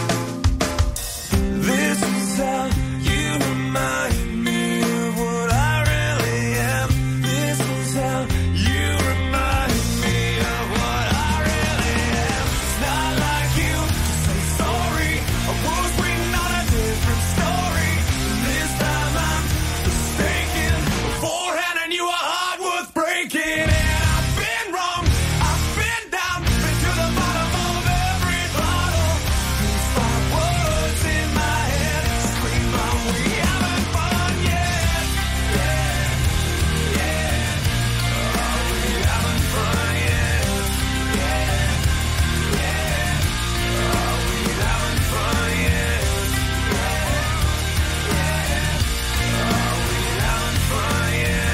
This is how you remind me of what I really am. This is how you remind me of what I really am. It's not like you to say sorry. I was waiting on a different story. This time I'm mistaken for handing you a heart worth breaking. And I've been wrong, I've been down, been to the bottom of every bottle. These five words in my head scream out, we haven't fun yet. Yeah, yeah, oh, we haven't fun yet. Yeah, yeah, oh, we haven't fun yet. Yeah, yeah, oh, we haven't fun yet.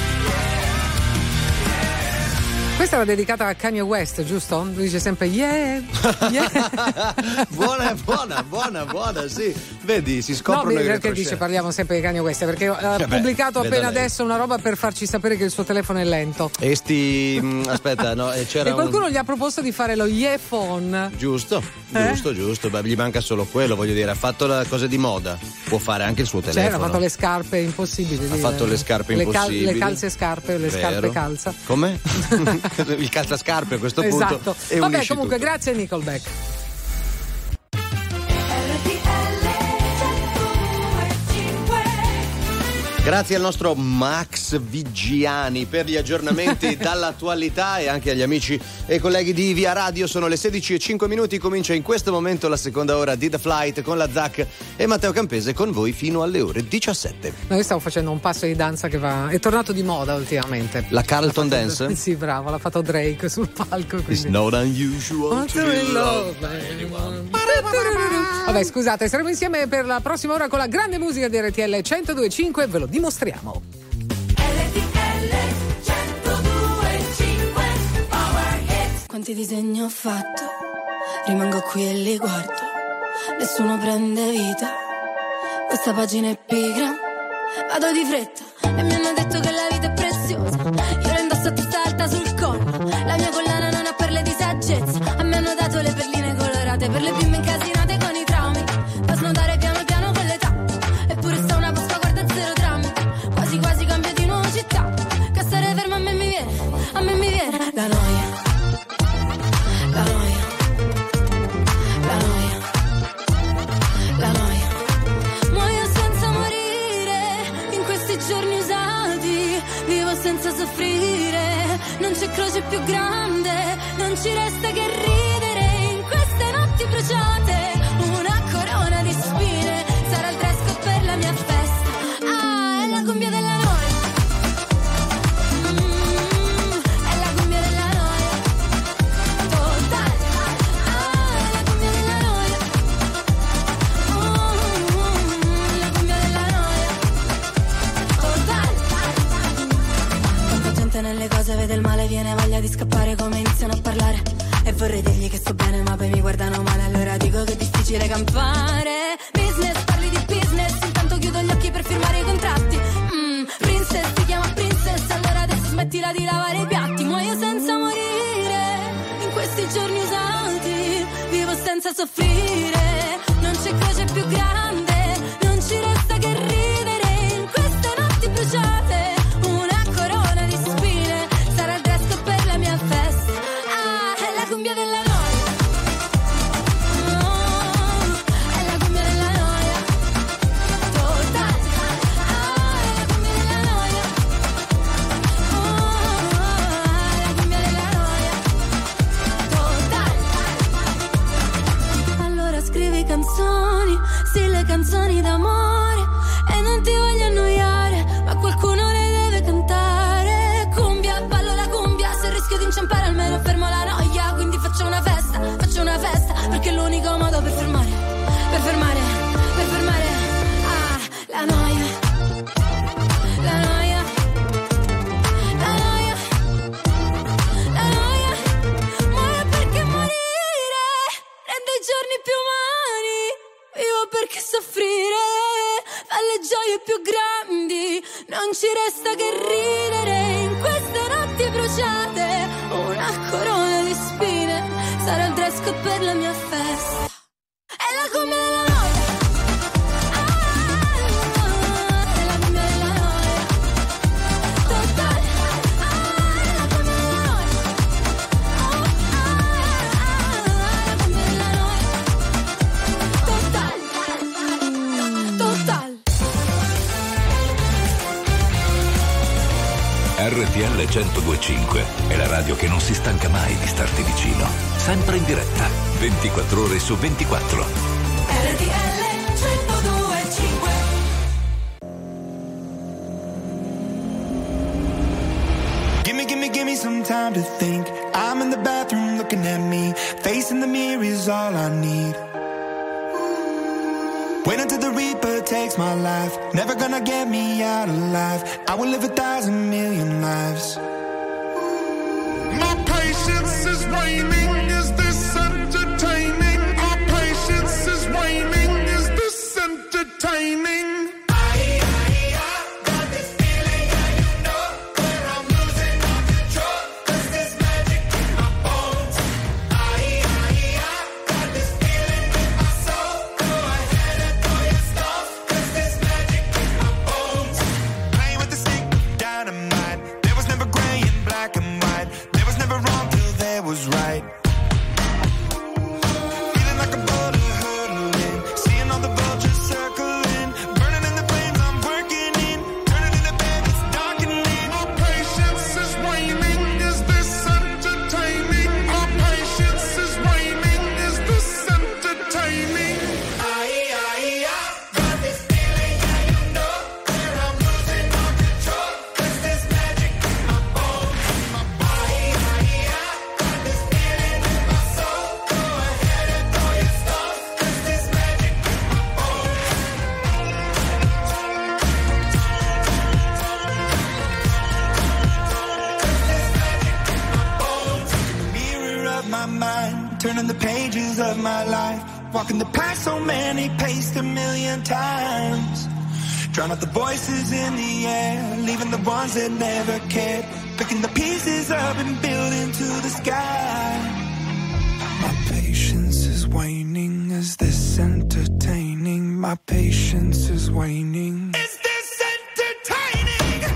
Questa era dedicata a Kanye West, giusto? Lui dice sempre yeah, yeah. Buona, buona, buona, buona, sì. Vedi, si No, scoprono i perché retroscena. dice parliamo sempre di Kanye West? Perché ha Eh beh, pubblicato veda appena lei. adesso una roba per farci sapere che il suo telefono è lento. E sti... mh, aspetta, no, eh, c'era E qualcuno un... gli ha proposto di fare lo yeah phone. Giusto, Eh? giusto, giusto. Beh, gli manca solo quello, voglio dire. Ha fatto la cosa di moda. Può fare anche il suo Cioè, telefono. ha fatto le scarpe impossibili. Ha lì, fatto eh. le scarpe Le cal- impossibili. le calze scarpe, le Vero. scarpe calza. Come? Il calzascarpe a questo Esatto. punto. E Vabbè, unisci comunque, tutto. grazie a Nickelback. Grazie al nostro Max Vigiani per gli aggiornamenti dall'attualità e anche agli amici e colleghi di Via Radio. Sono le sedici e cinque minuti, comincia in questo momento la seconda ora di The Flight con la Zac e Matteo Campese con voi fino alle ore diciassette. Noi stiamo facendo un passo di danza che va è tornato di moda ultimamente. La Carlton L'ha fatto- Dance? Sì, bravo, l'ha fatto Drake sul palco. It's Quindi. not unusual to be loved. Vabbè, scusate, saremo insieme per la prossima ora con la grande musica di R T L centodue e cinque, ve lo dimostriamo. Quanti disegni ho fatto, rimango qui e li guardo, nessuno prende vita, questa pagina è pigra, vado di fretta e mi hanno detto che la vita è preziosa, io la indosso a testa alta sul collo, la mia collana non ha perle di saggezza, a me hanno dato le perline colorate per le bimbe incasinate con i traumi, da snodare piano piano con l'età, eppure sta una Pasqua guarda zero drammi, quasi quasi cambio di nuovo città, che stare fermo a me mi viene, a me mi viene la noia. La noia, la noia, la noia. Muoio senza morire in questi giorni usati. Vivo senza soffrire. Non c'è croce più grande. Non ci resta che ridere in queste notti bruciate. Una corona di spine sarà il dress code per la mia festa. Ah, è la cumbia della noia. Nelle cose vede il male, viene voglia di scappare come iniziano a parlare. E vorrei dirgli che sto bene ma poi mi guardano male, allora dico che è difficile campare. Business, parli di business, intanto chiudo voglia di lavare i piatti, muoio senza morire. In questi giorni usati vivo senza soffrire. Non c'è croce più grande, non ci resta che ridere. In queste notti bruciate una corona di spine. Sarà il dress code per la mia festa. Ah, è la cumbia della noia. Canzoni, sì, le canzoni d'amore, e non ti voglio annoiare, ma qualcuno le deve cantare. Cumbia, ballo la cumbia, se rischio di inciampare almeno fermo la noia. Quindi faccio una festa, faccio una festa, perché è l'unico modo per fermare, per fermare, per fermare, ah, la noia, la noia, la noia, la noia. Muore perché morire rende i giorni più umani. Vivo perché soffrire fa le gioie più grandi. Non ci resta che ridere. In queste notti bruciate una corona di spine. Sarà il dress code per la mia festa. È la cumbia della noia. Ah, è la cumbia della noia. Totale. Ah, è la cumbia della noia. Oh, ah, ah, la cumbia della noia. Total. R T L centodue e cinque è la radio che non si stanca mai di starti vicino. Sempre in diretta, ventiquattro ore su ventiquattro. R T L centodue e cinque. Gimme, gimme, gimme some time to think. I'm in the bathroom looking at me. Facing the mirror is all I need. Wait until the Reaper takes my life. Never gonna get me out alive. I will live a thousand million lives. My patience is waning. Is this entertaining? My patience is waning. Is this entertaining? Was right. Feeling like a bullet hurtling, seeing all the vultures circling, burning in the flames I'm working in, turning into bed, it's darkening. My patience is waning, is this entertaining? My patience is waning, is this entertaining? I, I, I got this feeling, yeah, you know, where I'm losing all control, 'cause there's magic in my bones, in my body. I, I, I my mind, turning the pages of my life, walking the path so many paced a million times, drown out the voices in the air, leaving the ones that never cared, picking the pieces up and building to the sky. My patience is waning. Is this entertaining? My patience is waning. Is this entertaining?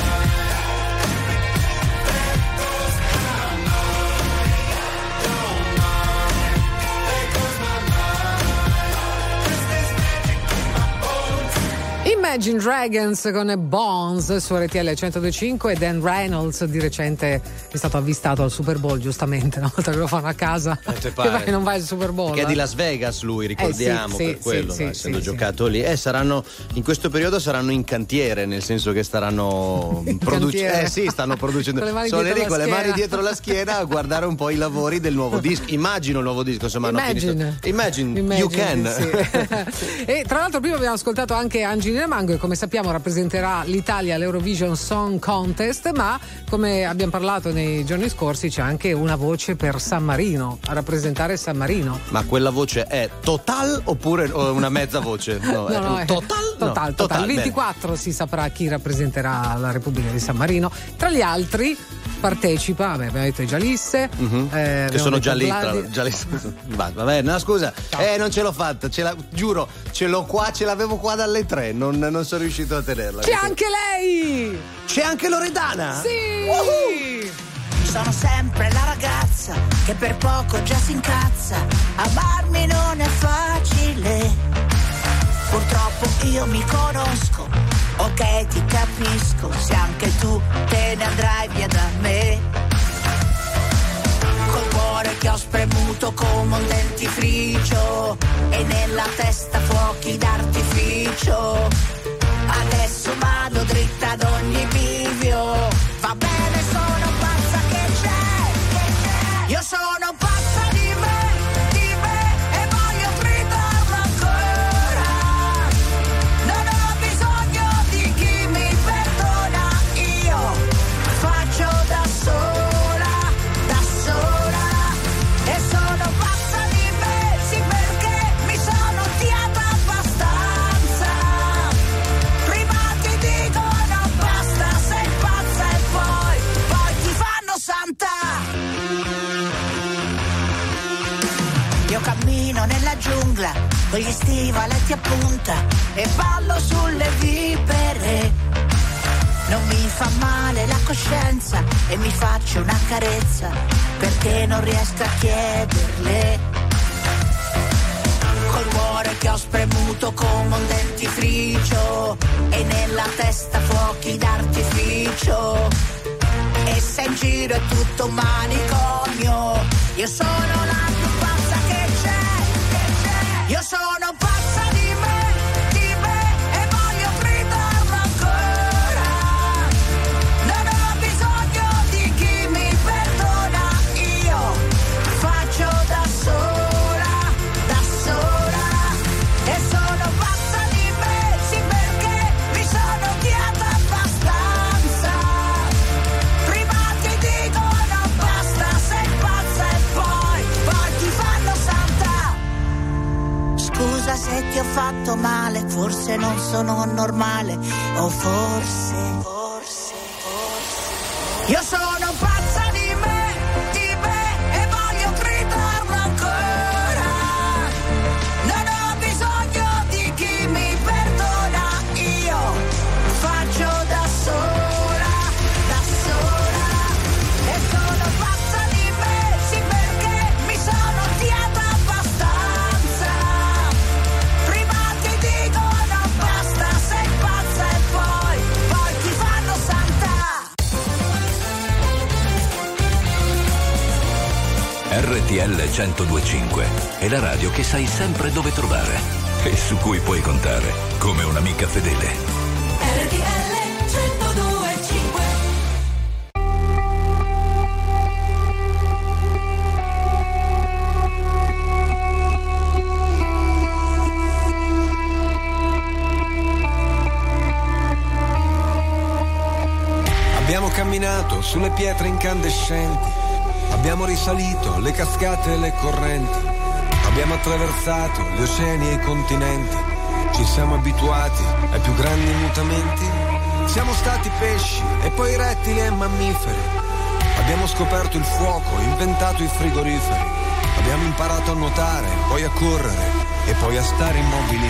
Don't Imagine Dragons con Bones su R T L centodue e cinque. e Dan Reynolds di recente è stato avvistato al Super Bowl, giustamente, una volta che lo fanno a casa Eh, te che pare. vai, non vai al Super Bowl. Che è eh. di Las Vegas lui, ricordiamo, Eh, sì, per sì, quello, sì, no? sì, essendo sì, giocato lì. Eh, saranno in questo periodo saranno in cantiere, nel senso che staranno producendo. cantiere. Eh sì, stanno producendo. Con le mani Sono dietro lì con la le mani schiena. dietro la schiena a guardare un po' i lavori del nuovo disco. Immagino il nuovo disco, insomma, hanno Imagine. finito. Imagine, Imagine, you can. sì. E tra l'altro prima abbiamo ascoltato anche Angelina Mango, e come sappiamo rappresenterà l'Italia all'Eurovision Song Contest, ma come abbiamo parlato nei giorni scorsi c'è anche una voce per San Marino, a rappresentare San Marino. Ma quella voce è total oppure una mezza voce? No, No, è no, è total? No, total, total. total, Il ventiquattro si saprà chi rappresenterà la Repubblica di San Marino. Tra gli altri partecipa, vabbè, abbiamo detto i Gialisse, Mhm. eh, che sono abbiamo già lì, detto tra- Vladi. già lì. Va, vabbè, no, scusa, eh, non ce l'ho fatta, ce la, giuro, ce l'ho qua, ce l'avevo qua dalle tre, non, non sono riuscito a tenerla. C'è anche lei! C'è anche Loredana! Sì! Sono sempre la ragazza che per poco già si incazza. Amarmi non è facile. Purtroppo io mi conosco, ok ti capisco, se anche tu te ne andrai via da me. Col cuore che ho spremuto come un dentifricio e nella testa fuochi d'artificio. Adesso vado dritta ad ogni bivio. Va bene, sono pazza che c'è, che c'è. Io sono pazza di me, di me e voglio gridarlo ancora. Non ho bisogno di chi mi perdona, io faccio da sola, da sola. E sono pazza di me, sì, perché mi sono odiata abbastanza. Prima ti dicono basta, sei pazza e poi, poi ti fanno santa. Io cammino nella giungla con gli stivaletti a punta e ballo sulle vipere. Non mi fa male la coscienza e mi faccio una carezza perché non riesco a chiederle. Col cuore che ho spremuto come un dentifricio e nella testa fuochi d'artificio. E se in giro è tutto un manicomio, io sono la più pazza che c'è, che c'è. Io sono pazza di me, di me e voglio gridarlo ancora. Non ho bisogno di chi mi perdona, io faccio da sola, da sola. E sono pazza di me, sì, perché mi sono odiata abbastanza. Prima ti dicono basta, sei pazza e poi, poi ti fanno santa. Scusa se ti ho fatto male, forse non sono normale, o forse, forse, forse. Io sono pazza di me, di me e voglio gridarlo ancora. Non ho bisogno di chi mi perdona, io faccio da sola, da sola. E sono pazza di me, sì, perché mi sono odiata abbastanza. Prima ti dicono basta, sei pazza e poi, poi ti fanno santa. R T L centodue e cinque è la radio che sai sempre dove trovare e su cui puoi contare come un'amica fedele. R T L centodue e cinque. Abbiamo camminato sulle pietre incandescenti, abbiamo risalito le cascate e le correnti, abbiamo attraversato gli oceani e i continenti, ci siamo abituati ai più grandi mutamenti, siamo stati pesci e poi rettili e mammiferi, abbiamo scoperto il fuoco, inventato i frigoriferi, abbiamo imparato a nuotare, poi a correre e poi a stare immobili.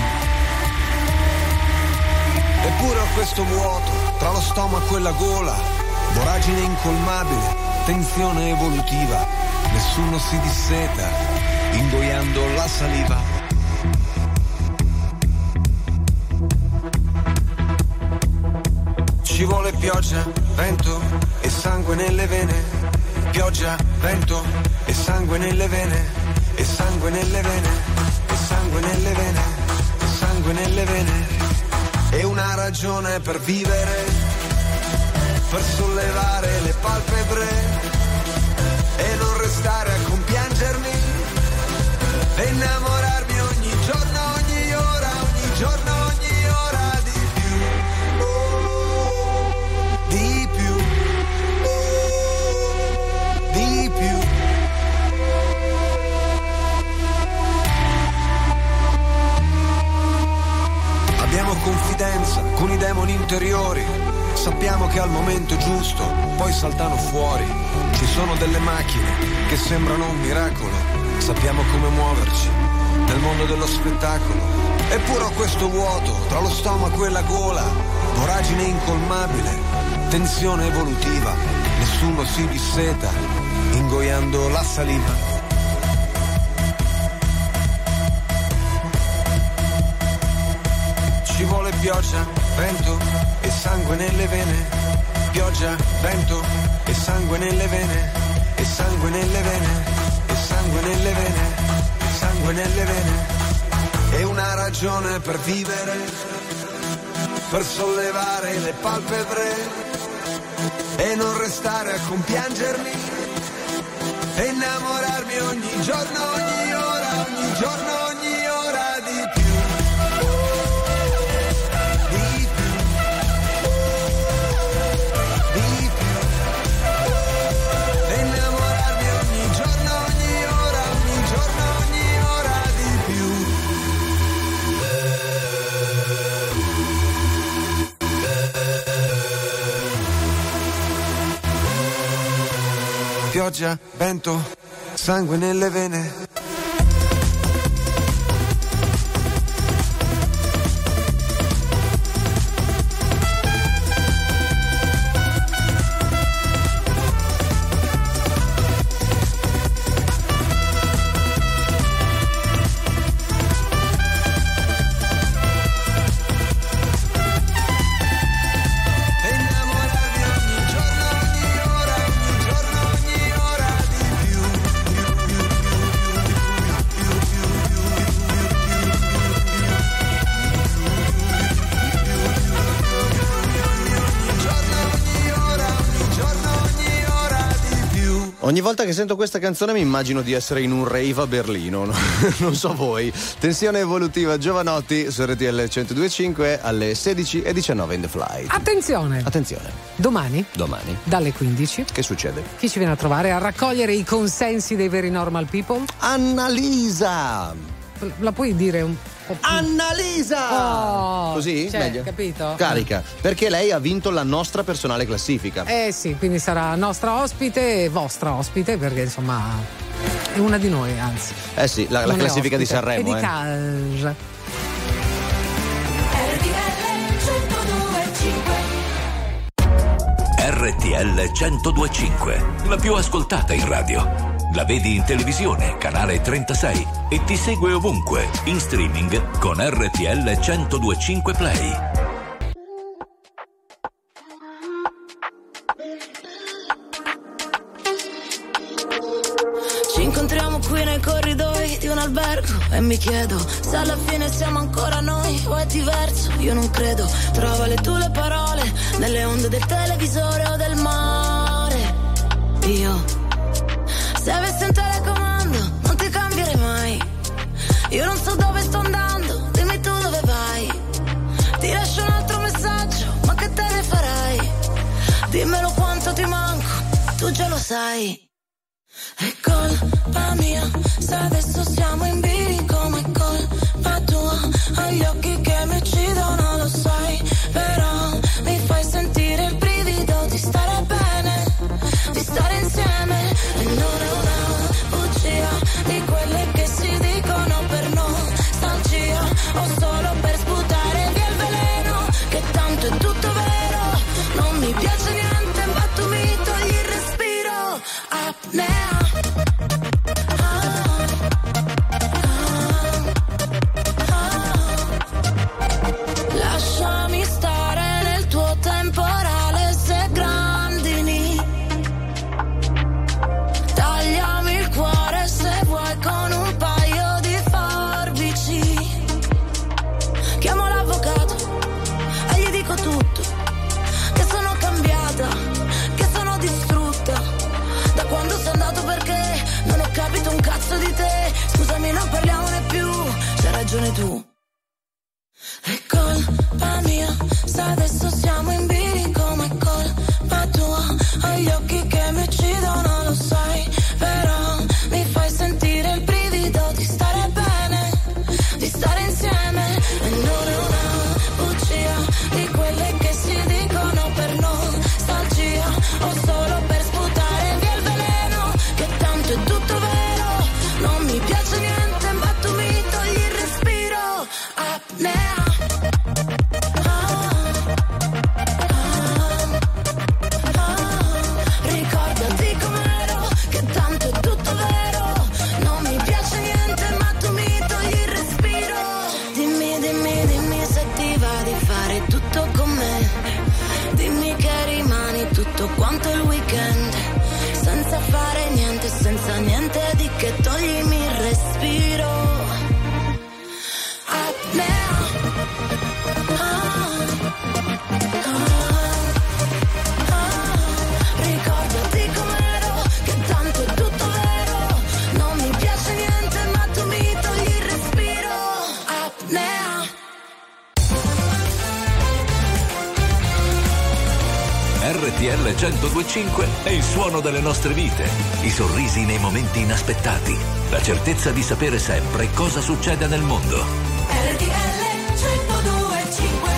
Eppure ho questo vuoto tra lo stomaco e la gola, voragine incolmabile, tensione evolutiva, nessuno si disseta, ingoiando la saliva. Ci vuole pioggia, vento e sangue nelle vene. Pioggia, vento e sangue nelle vene. E sangue nelle vene. E sangue nelle vene. E sangue nelle vene. E una ragione per vivere, per sollevare le palpebre e non restare a compiangermi e innamorarmi ogni giorno, ogni ora, ogni giorno, ogni ora di più, di più, di più. Abbiamo confidenza con i demoni interiori, sappiamo che al momento giusto poi saltano fuori. Ci sono delle macchine che sembrano un miracolo, sappiamo come muoverci nel mondo dello spettacolo. Eppure ho questo vuoto tra lo stomaco e la gola, voragine incolmabile, tensione evolutiva, nessuno si disseta, ingoiando la saliva. Ci vuole pioggia, vento e sangue nelle vene. Pioggia, vento e sangue nelle vene. E sangue nelle vene. E sangue nelle vene. E sangue nelle vene. E una ragione per vivere, per sollevare le palpebre e non restare a compiangermi e innamorarmi ogni giorno, ogni ora, ogni giorno, ogni ora di più. Pioggia, vento, sangue nelle vene. Ogni volta che sento questa canzone mi immagino di essere in un rave a Berlino, no? Non so voi. Tensione evolutiva, Giovanotti su R T L centodue e cinque alle sedici e diciannove in The Flight. Attenzione! Attenzione. Domani? Domani. Dalle quindici. Che succede? Chi ci viene a trovare a raccogliere i consensi dei veri normal people? Annalisa! La puoi dire un po' più? Annalisa! Oh, Così? cioè, Meglio? capito? Carica, perché lei ha vinto la nostra personale classifica. Eh sì, quindi sarà nostra ospite e vostra ospite, perché insomma è una di noi, anzi. Eh sì, la, la classifica di Sanremo. E di eh. casa. R T L centodue e cinque, la più ascoltata in radio. La vedi in televisione, canale trentasei, e ti segue ovunque, in streaming con R T L centodue e cinque Play. Ci incontriamo qui nei corridoi di un albergo e mi chiedo se alla fine siamo ancora noi o è diverso. Io non credo, trova le tue parole nelle onde del televisore o del mare. Io, se avessi un telecomando non ti cambierei mai. Io non so dove sto andando, dimmi tu dove vai. Ti lascio un altro messaggio, ma che te ne farai? Dimmelo quanto ti manco, tu già lo sai. È colpa mia, se adesso siamo in bilico, ma è colpa tua. Hai gli occhi che mi uccidono, lo sai, però mi fai sentire il brivido di stare bene, di stare insieme. E non è una bugia di quelle che si dicono per nostalgia, o solo per sputare via il veleno, che tanto è tutto vero. Non mi piace niente, ma tu mi togli il respiro. Apnea. La Dimmi non parliamone più, c'hai ragione tu. È colpa mia, se adesso siamo in bilico, ma è colpa tua. Hai gli occhi che mi uccidono, lo sai, però mi fai sentire il brivido di stare bene, di stare insieme. E non è una bugia di quelle che si dicono per nostalgia, o solo per sputare via il veleno, che tanto è tutto vero. Non mi piace niente, ma tu mi togli il respiro. Apnea. Quanto il weekend, senza fare niente, senza niente di che toglimi il respiro. Apnea. Ah, ah, ah. Ricordati com'ero, che tanto è tutto vero. Non mi piace niente, ma tu mi togli il respiro. Apnea. R T L centodue e cinque è il suono delle nostre vite, i sorrisi nei momenti inaspettati, la certezza di sapere sempre cosa succede nel mondo. R T L centodue e cinque.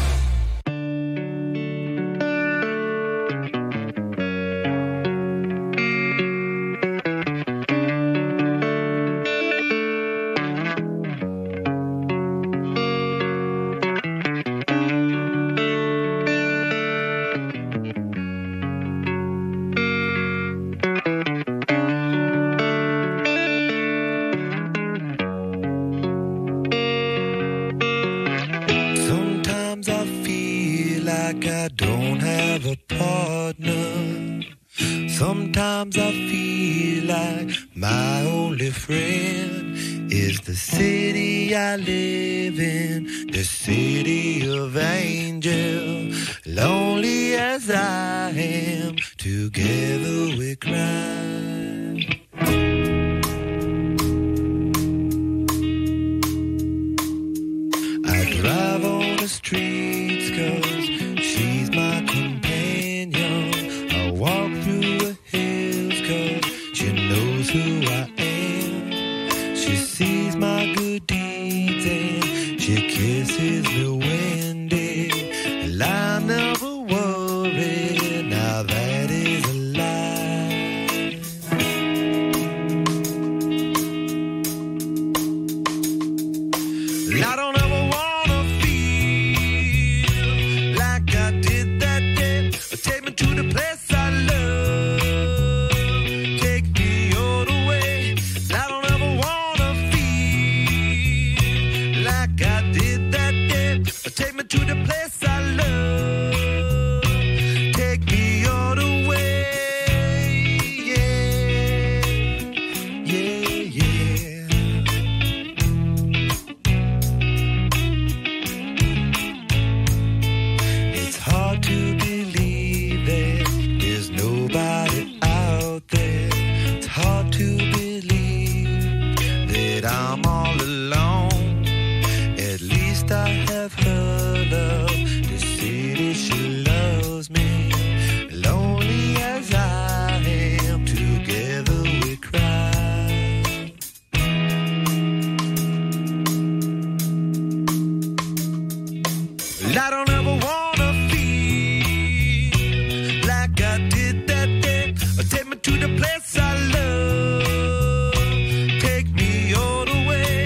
Sometimes I feel like my only friend is the city I live in, the city of angels. Lonely as I am, together we cry. I drive on the streets 'cause she's my companion. I walk through the hills 'cause she knows who I am. She sees my good deeds and she kisses me windy. And I never worry, now that is a lie. I don't ever wanna feel like I did that day. Take me to the place I love. Take me all the way. I don't ever wanna feel like I did that day. Take me to the place I love. Take me all the way. Yeah, yeah, yeah. It's hard to believe that there's nobody out there. It's hard to believe that I'm all alone. At least I have her love. The city, she loves me. Lonely as I am, together we cry. I don't ever wanna feel like I did that day. Take me to the place I love. Take me all the way.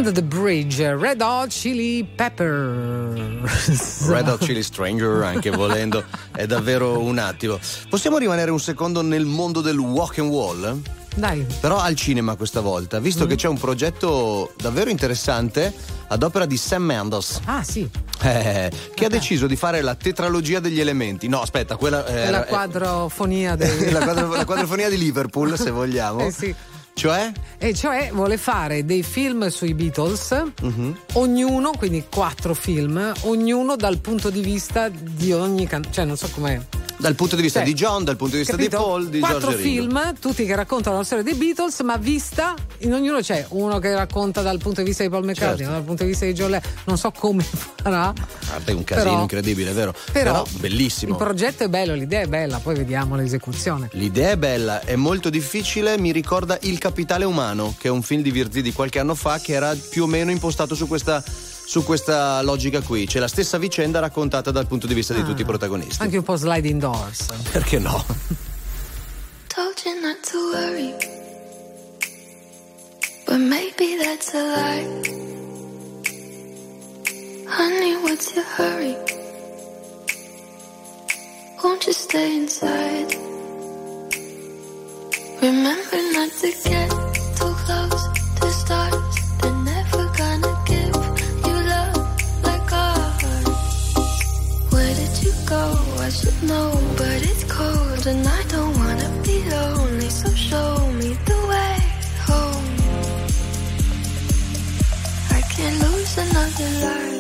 Under the Bridge, Red Hot Chili Peppers. Red Hot Chili Stranger, anche volendo, è davvero un attimo. Possiamo rimanere un secondo nel mondo del walk and wall? Dai. Però al cinema questa volta, visto mm. che c'è un progetto davvero interessante ad opera di Sam Mendes. Ah, sì. Eh, che ha deciso di fare la tetralogia degli elementi. No, aspetta, quella è eh, la quadrofonia dei... la, quadro, la quadrofonia di Liverpool, se vogliamo. Eh sì. Cioè? E cioè vuole fare dei film sui Beatles, uh-huh. ognuno, quindi quattro film, ognuno dal punto di vista di ogni canzone, cioè non so com'è. Dal punto di vista cioè, di John, dal punto di vista capito? di Paul, di quattro George Ringo. Film, tutti che raccontano la storia dei Beatles, ma vista in ognuno c'è uno che racconta dal punto di vista di Paul McCartney, certo. dal punto di vista di John Lennon, non so come farà. Ah, è un casino però, incredibile, vero? Però, però bellissimo. Il progetto è bello, l'idea è bella, poi vediamo l'esecuzione. L'idea è bella, è molto difficile, mi ricorda Il Capitale Umano, che è un film di Virzì di qualche anno fa che era più o meno impostato su questa su questa logica qui, c'è la stessa vicenda raccontata dal punto di vista ah, di tutti i protagonisti. Anche un po' sliding doors. Perché no? Told you not to worry, but maybe that's a lie. Honey, what's your hurry? Won't you stay inside? Remember not to get too close to stars. They're never gonna give you love like ours. Where did you go? I should know, but it's cold and I don't wanna be lonely. So show me the way home. I can't lose another life.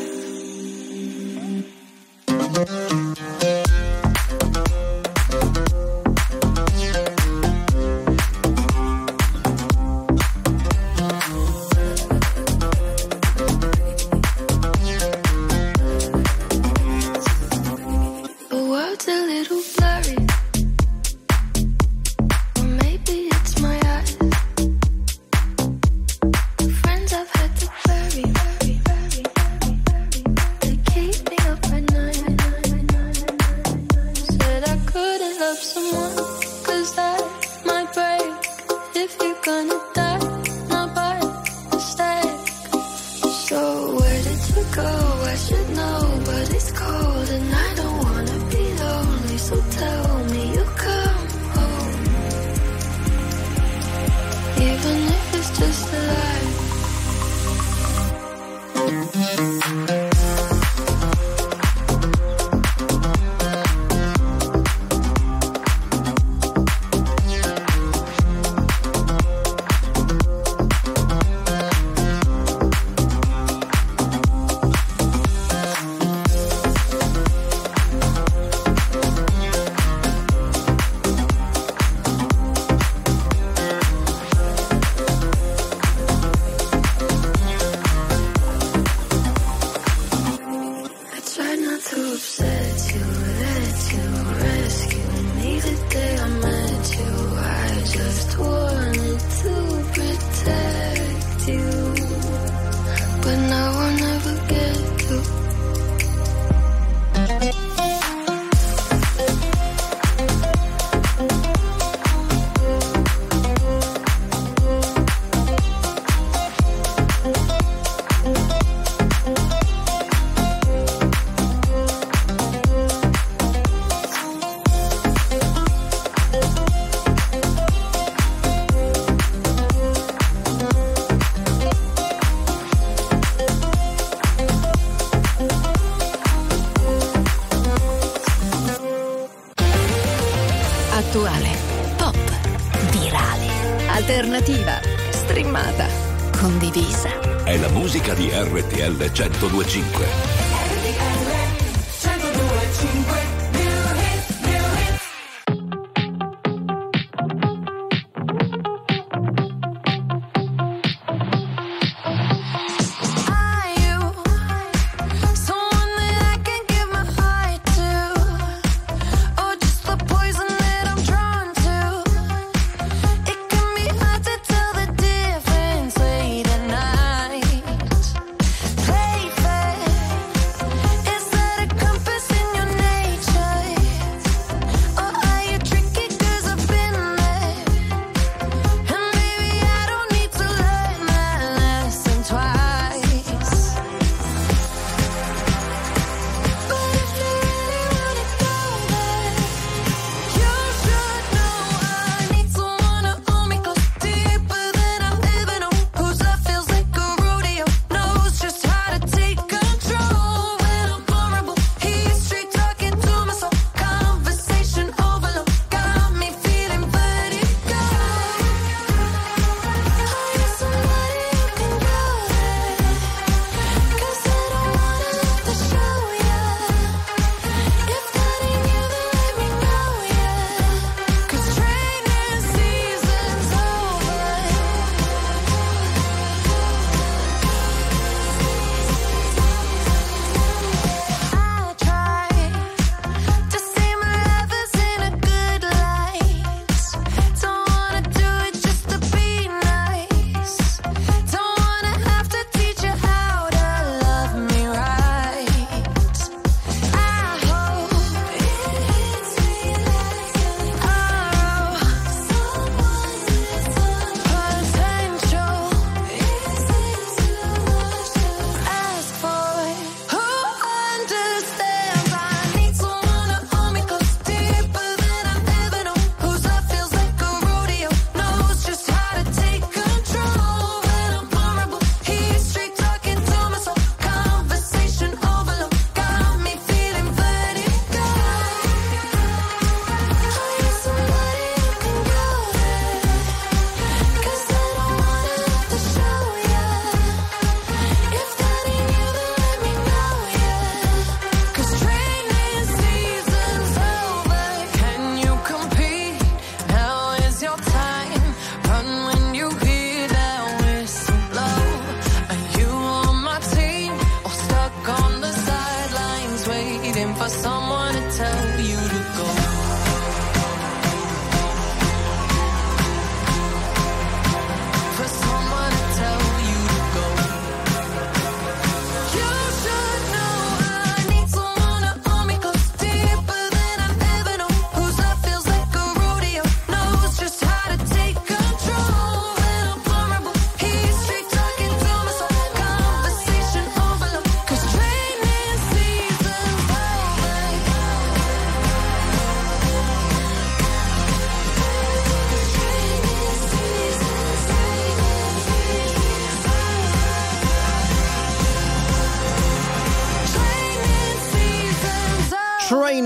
Alternativa, streamata, condivisa. È la musica di R T L centodue e cinque. Play fair. Is that a compass in your nature?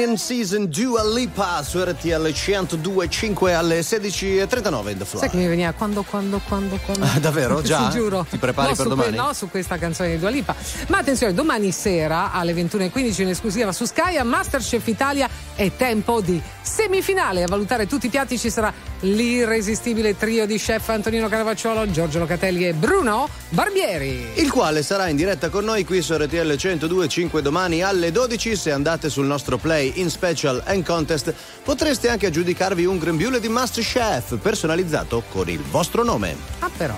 Alien Season Dua Lipa su R T L centodue e cinque alle sedici e trentanove in The Fly. Sai che mi veniva quando, quando, quando, quando. Ah, davvero? Già? Ti giuro. Ti prepari no, per su domani? Que- no, su questa canzone di Dua Lipa. Ma attenzione, domani sera alle ventuno e quindici in esclusiva su Sky a Masterchef Italia è tempo di semifinale. A valutare tutti i piatti ci sarà l'irresistibile trio di chef Antonino Caravacciolo, Giorgio Locatelli e Bruno Barbieri. Il quale sarà in diretta con noi qui su R T L centodue e cinque domani alle dodici. Se andate sul nostro Play in Special and Contest potreste anche aggiudicarvi un grembiule di Masterchef personalizzato con il vostro nome. Ah però.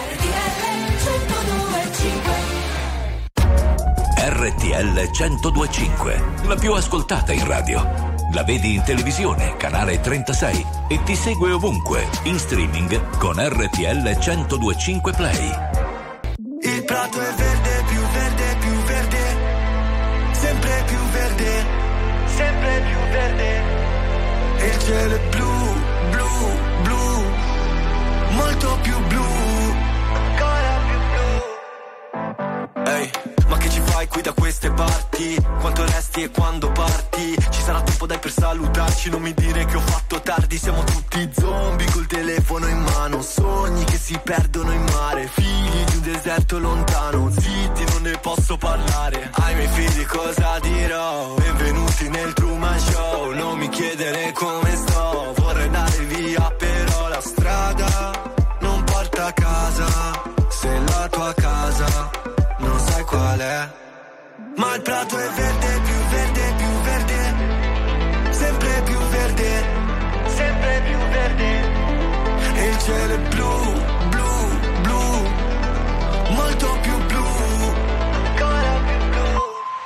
R T L centodue e cinque, la più ascoltata in radio. La vedi in televisione, canale trentasei, e ti segue ovunque, in streaming con R T L centodue e cinque Play. Il prato è verde, più verde, più verde, sempre più verde, sempre più verde. E il cielo è blu, blu, blu, molto più blu, ancora più blu. Ehi, ma che ci fai qui da queste parti? Quanto resti e quando parti? Ci sarà tempo dai per salutarci, non mi dire che ho fatto tardi. Siamo tutti zombie col telefono in mano, sogni che si perdono in mare, figli di un deserto lontano, zitti non ne posso parlare. Ai miei figli cosa dirò? Benvenuti nel Truman Show, non mi chiedere come sto, vorrei andare via però la strada non porta a casa. Se la tua casa non sai qual è, ma il prato è verde, più verde, più verde, sempre più verde, sempre più verde. E il cielo è blu, blu, blu, molto più blu, ancora più blu.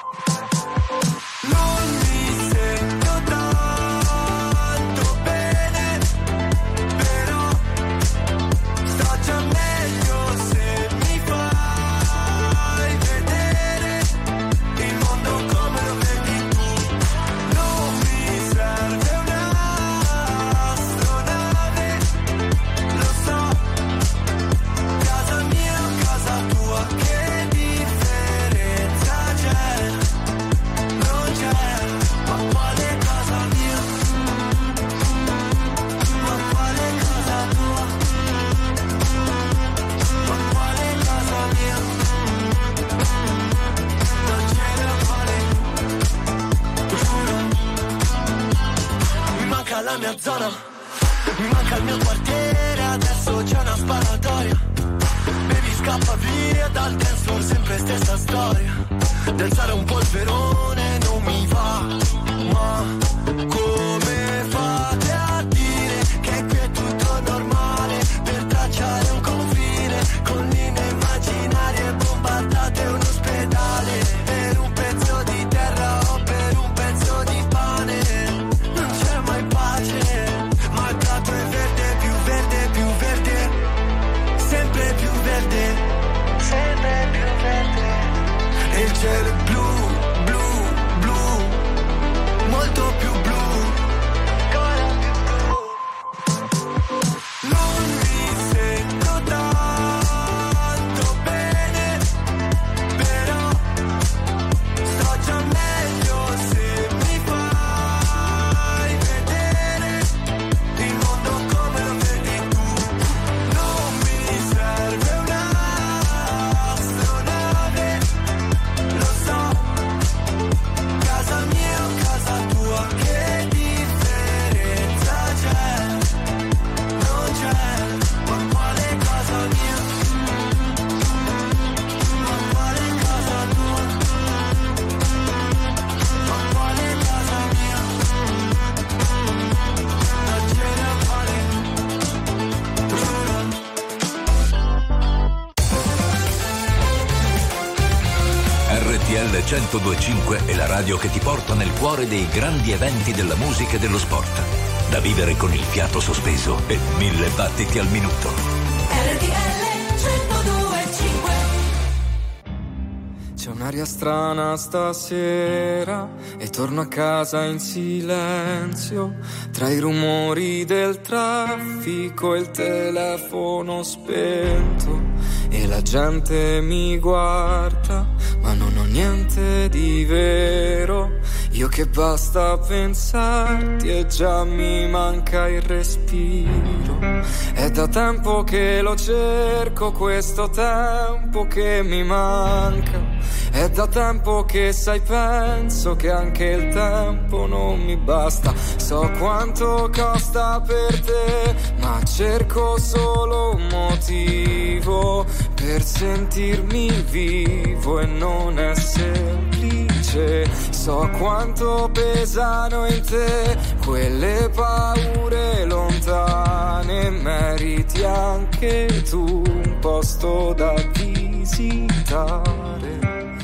Non mi sento tanto bene, però sto già meglio se mi fai vedere il mondo come lo vedi tu. Non mi serve un'astronave, lo so, casa mia o casa tua, che differenza c'è? Non c'è, ma quale casa mia? Ma quale casa tua? Ma quale casa mia? Non ce ne vuole, giuro. Mi manca la mia zona, mi manca il mio quartiere, adesso c'è una sparatoria. Baby scappa via dal dance floor, sempre stessa storia. Danzare un polverone non mi va, ma come fate a dire che qui è tutto normale? Per tracciare un confine con linee immaginarie, bombardate un ospedale per un pezzo di terra o per un pezzo di pane. Non c'è mai pace, ma il prato è verde, più verde, più verde, sempre più verde, sempre più verde. E il cielo è blu, blu, blu, molto più blu, ancora più blu. Non mi sento tanto bene, però sto già meglio se mi fai vedere il mondo come lo vedi tu. Non mi serve un'astronave, lo so, casa mia o casa tua, che differenza c'è? Non c'è, ma quale casa mia? Ma quale casa tua? Ma quale casa mia? Non ce ne vuole, giuro. R T L centodue e cinque è la radio che ti porta nel cuore dei grandi eventi della musica e dello sport. Da vivere con il fiato sospeso e mille battiti al minuto. R T L centodue e cinque. C'è un'aria strana stasera e torno a casa in silenzio, tra i rumori del traffico e il telefono spento, e la gente mi guarda ma non ho niente di vero. Io che basta pensarti e già mi manca il respiro. È da tempo che lo cerco, questo tempo che mi manca. È da tempo che sai, penso che anche il tempo non mi basta. So quanto costa per te, ma cerco solo un motivo per sentirmi vivo e non è semplice. So quanto pesano in te quelle paure lontane, meriti anche tu un posto da visitare.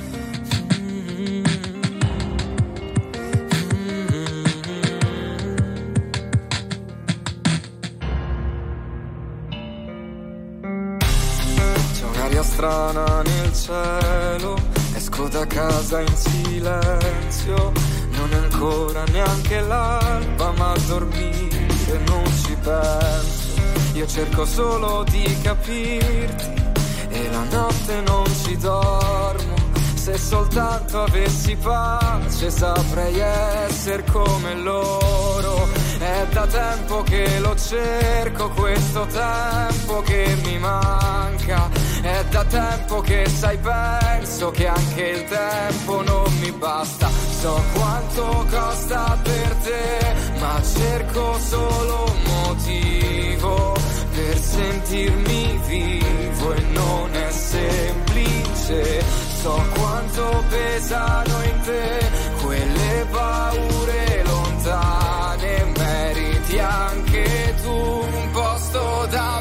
Strana nel cielo, esco da casa in silenzio, non è ancora neanche l'alba, ma a dormire non ci penso. Io cerco solo di capirti e la notte non ci dormo. Se soltanto avessi pace saprei essere come loro. È da tempo che lo cerco, questo tempo che mi manca. È da tempo che sai, penso che anche il tempo non mi basta. So quanto costa per te, ma cerco solo un motivo per sentirmi vivo e non è semplice. So quanto pesano in te quelle paure lontane, meriti anche tu un posto da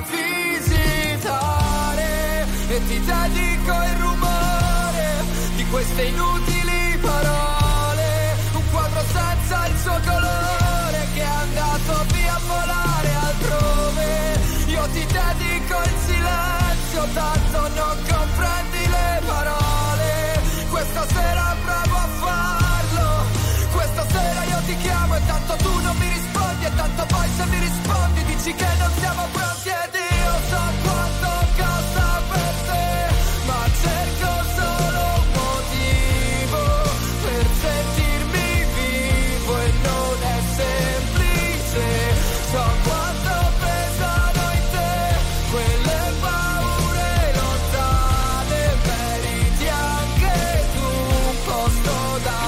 visitare. E ti dedico il rumore di queste inutili parole, un quadro senza il suo colore che è andato via a volare altrove. Io ti dedico il silenzio, tanto non comprendi le parole. Questa sera provo a farlo, questa sera io ti chiamo e tanto tu non mi rispondi, e tanto poi se mi rispondi dici che non siamo pronti. Ed io so quanto costa per te, ma cerco solo un motivo per sentirmi vivo e non è semplice. So quanto pesano in te quelle paure lontane, meriti anche tu un posto da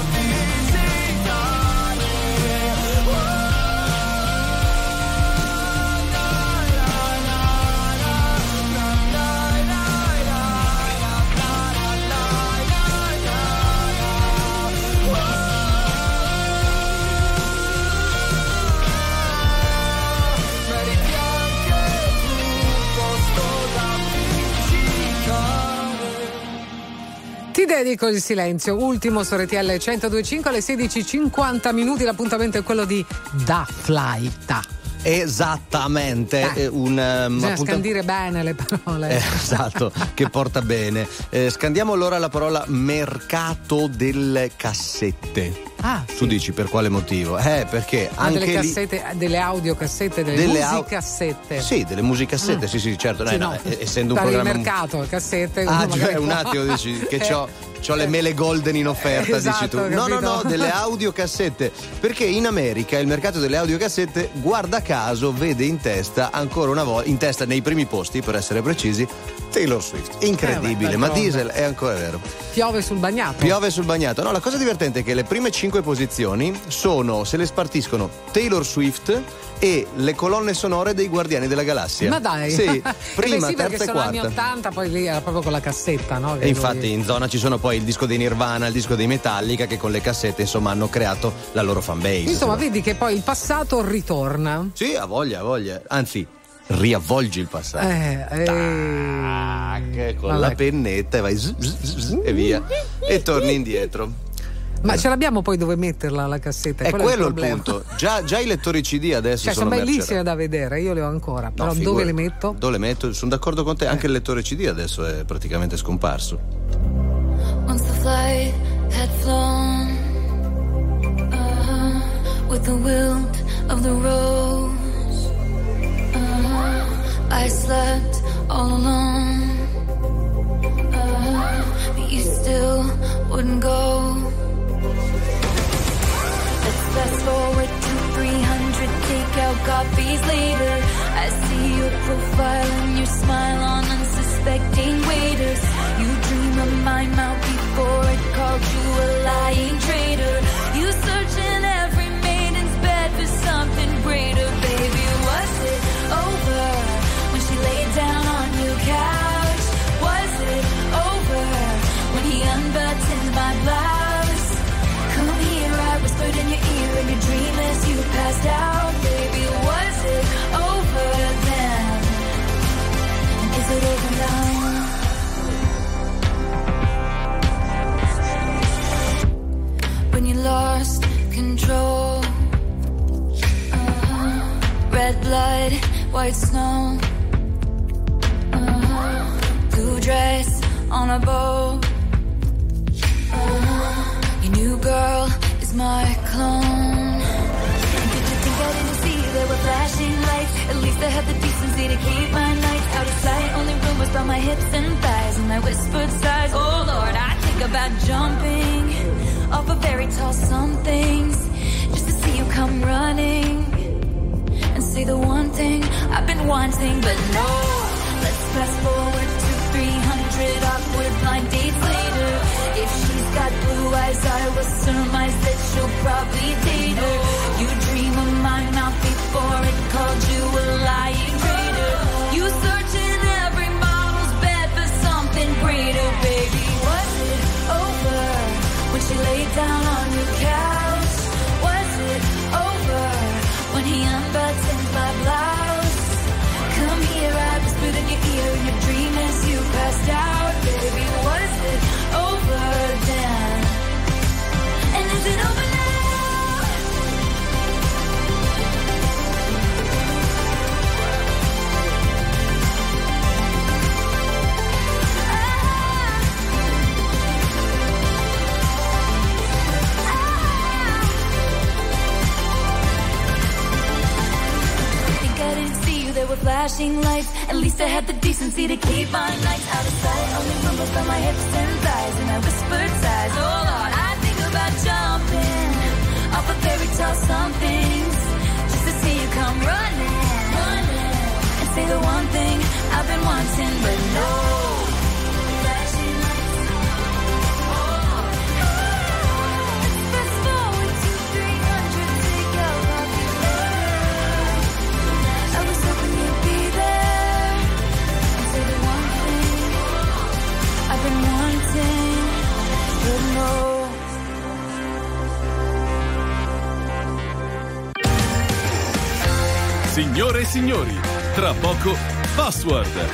visitare. Oh, Ti dedico il silenzio, ultimo su R T L centodue e cinque alle sedici e cinquanta minuti. L'appuntamento è quello di Da Flight. Esattamente, eh, un um, bisogna appunto... scandire bene le parole. Eh, esatto, che porta bene. Eh, scandiamo allora la parola mercato delle cassette. Ah, tu sì. Dici per quale motivo? Eh, perché Ma anche delle lì... cassette, delle audiocassette, delle, delle musicassette. Au... Sì, delle musicassette, mm. sì, sì, certo. Sì, no, no, no, essendo un per programma. il mercato, cassette. Ah, cioè, un attimo dici che c'ho, c'ho le mele golden in offerta, esatto, dici tu. No, no, no, delle audiocassette. Perché in America il mercato delle audiocassette, guarda caso, vede in testa ancora una volta, in testa nei primi posti, per essere precisi, Taylor Swift. Incredibile, eh, beh, ma Diesel è ancora vero. Piove sul bagnato. Piove sul bagnato. No, la cosa divertente è che le prime cinque posizioni sono, se le spartiscono, Taylor Swift e le colonne sonore dei Guardiani della Galassia. Ma dai. Sì, prima, eh beh, sì, terza e sono quarta. anni ottanta, poi lì era proprio con la cassetta, no? E infatti lui... in zona ci sono poi il disco dei Nirvana, il disco dei Metallica, che con le cassette insomma hanno creato la loro fanbase. Insomma, vedi che poi il passato ritorna. Sì, ha voglia, ha voglia. Anzi, riavvolgi il passato. Eh, eh... Tac, con Vabbè. la pennetta e vai zzz, zzz, zzz, e via. E torni indietro. Ma ce l'abbiamo poi dove metterla la cassetta? È quello, quello il, il problema. punto. Già, già i lettori C D adesso cioè, sono sono bellissime mercerati. da vedere, io le ho ancora. Però No, dove figura, le metto? Dove le metto? Sono d'accordo con te, anche il lettore C D adesso è praticamente scomparso. Once the flight had flown, uh-huh, with the wilt of the rose, uh-huh, I slept all alone, uh-huh, but you still wouldn't go. copies later. I see your profile and your smile on unsuspecting waiters. You dream of my mouth before it called you a lying traitor. You search in every maiden's bed for something greater. Baby, was it over when she laid down on your couch? Was it over when he unbuttoned my blouse? Come here, I whispered in your ear in your dream as you passed out. Baby, was it over then? Is it over now? When you lost control, uh-huh. Red blood, white snow, uh-huh. Blue dress on a boat, uh-huh. Your new girl is my clone. Did you think I didn't see there were flashing lights? At least I had the decency to keep my nights out of sight. Only rumors about my hips and thighs and my whispered sighs. Oh Lord, I think about jumping off of very tall somethings just to see you come running and say the one thing I've been wanting. But no, let's fast forward to three hundred awkward blind dates later. If she's got blue eyes, I will surmise that she'll probably date her. You dream of my mouth before it called you a lying traitor. You search in every model's bed for something greater. Baby, was it over when she laid down on your couch? Was it over when he unbuttoned my blouse? Come here, I whispered in your ear in your dream as you passed out. Baby, was it over then? And is it over now? There were flashing lights. At least I had the decency to keep my nights out of sight. Only rumbles on my hips and thighs and I whispered sighs. Oh Lord, I think about jumping off of fairy tale somethings just to see you come running, running and say the one thing I've been wanting. But no flashing lights. Oh, let's fast forward to three hundred take out of your love. I was hoping you'd be there and say the one thing I've been wanting, but no. Signore e signori, tra poco Password.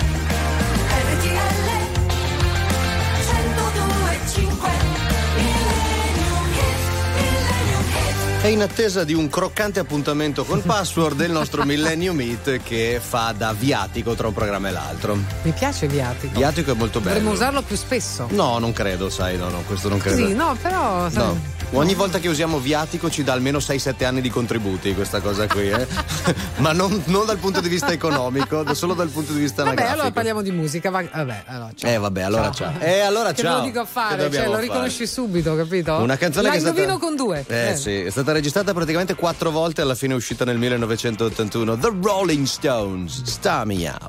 È in attesa di un croccante appuntamento con Password del nostro Millennium Hit che fa da viatico tra un programma e l'altro. Mi piace viatico. Viatico è molto bello. Dovremmo usarlo più spesso. No, non credo, sai, no, no, questo non credo. Sì, no, però sai, no. Ogni volta che usiamo viatico ci dà almeno sei sette anni di contributi questa cosa qui, eh? Ma non, non dal punto di vista economico, solo dal punto di vista vabbè, anagrafico. allora parliamo di musica. Va... Vabbè, allora, ciao. Eh vabbè, allora ciao. ciao. Eh allora che ciao. Che lo dico a fare? Che Cioè, lo fare? riconosci subito, capito? Una canzone La che è stata... indovino con due. Eh, eh sì, è stata registrata praticamente quattro volte, alla fine è uscita nel millenovecentottantuno. The Rolling Stones, Start Me Up.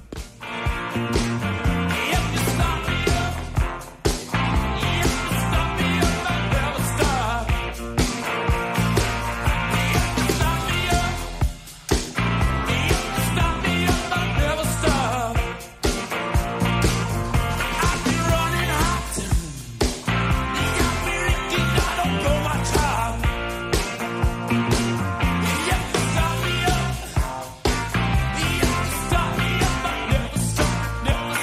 Stop me up, I never stop.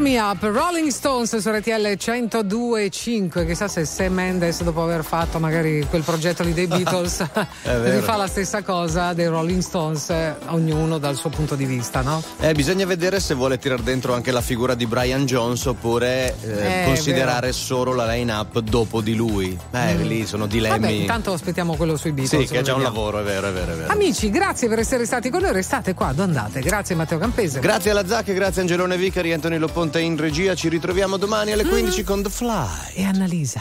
Me Up, Rolling Stones su R T L centodue e cinque. Chissà se Sam Mendes, dopo aver fatto magari quel progetto lì dei Beatles, rifà la stessa cosa dei Rolling Stones, eh, ognuno dal suo punto di vista, no? Eh, bisogna vedere se vuole tirare dentro anche la figura di Brian Jones oppure eh, Eh, considerare vero. solo la line-up dopo di lui. Eh, Mm. lì sono Vabbè, dilemmi. intanto aspettiamo quello sui Beatles. Sì, che è già un vediamo. lavoro, è vero, è vero, è vero. Amici, grazie per essere stati con noi, restate qua, dove andate? Grazie Matteo Campese. Grazie alla Zacca, grazie Angelone Vicari, Antonello Ponte in regia. Ci ritroviamo domani alle quindici con The Fly. E Annalisa.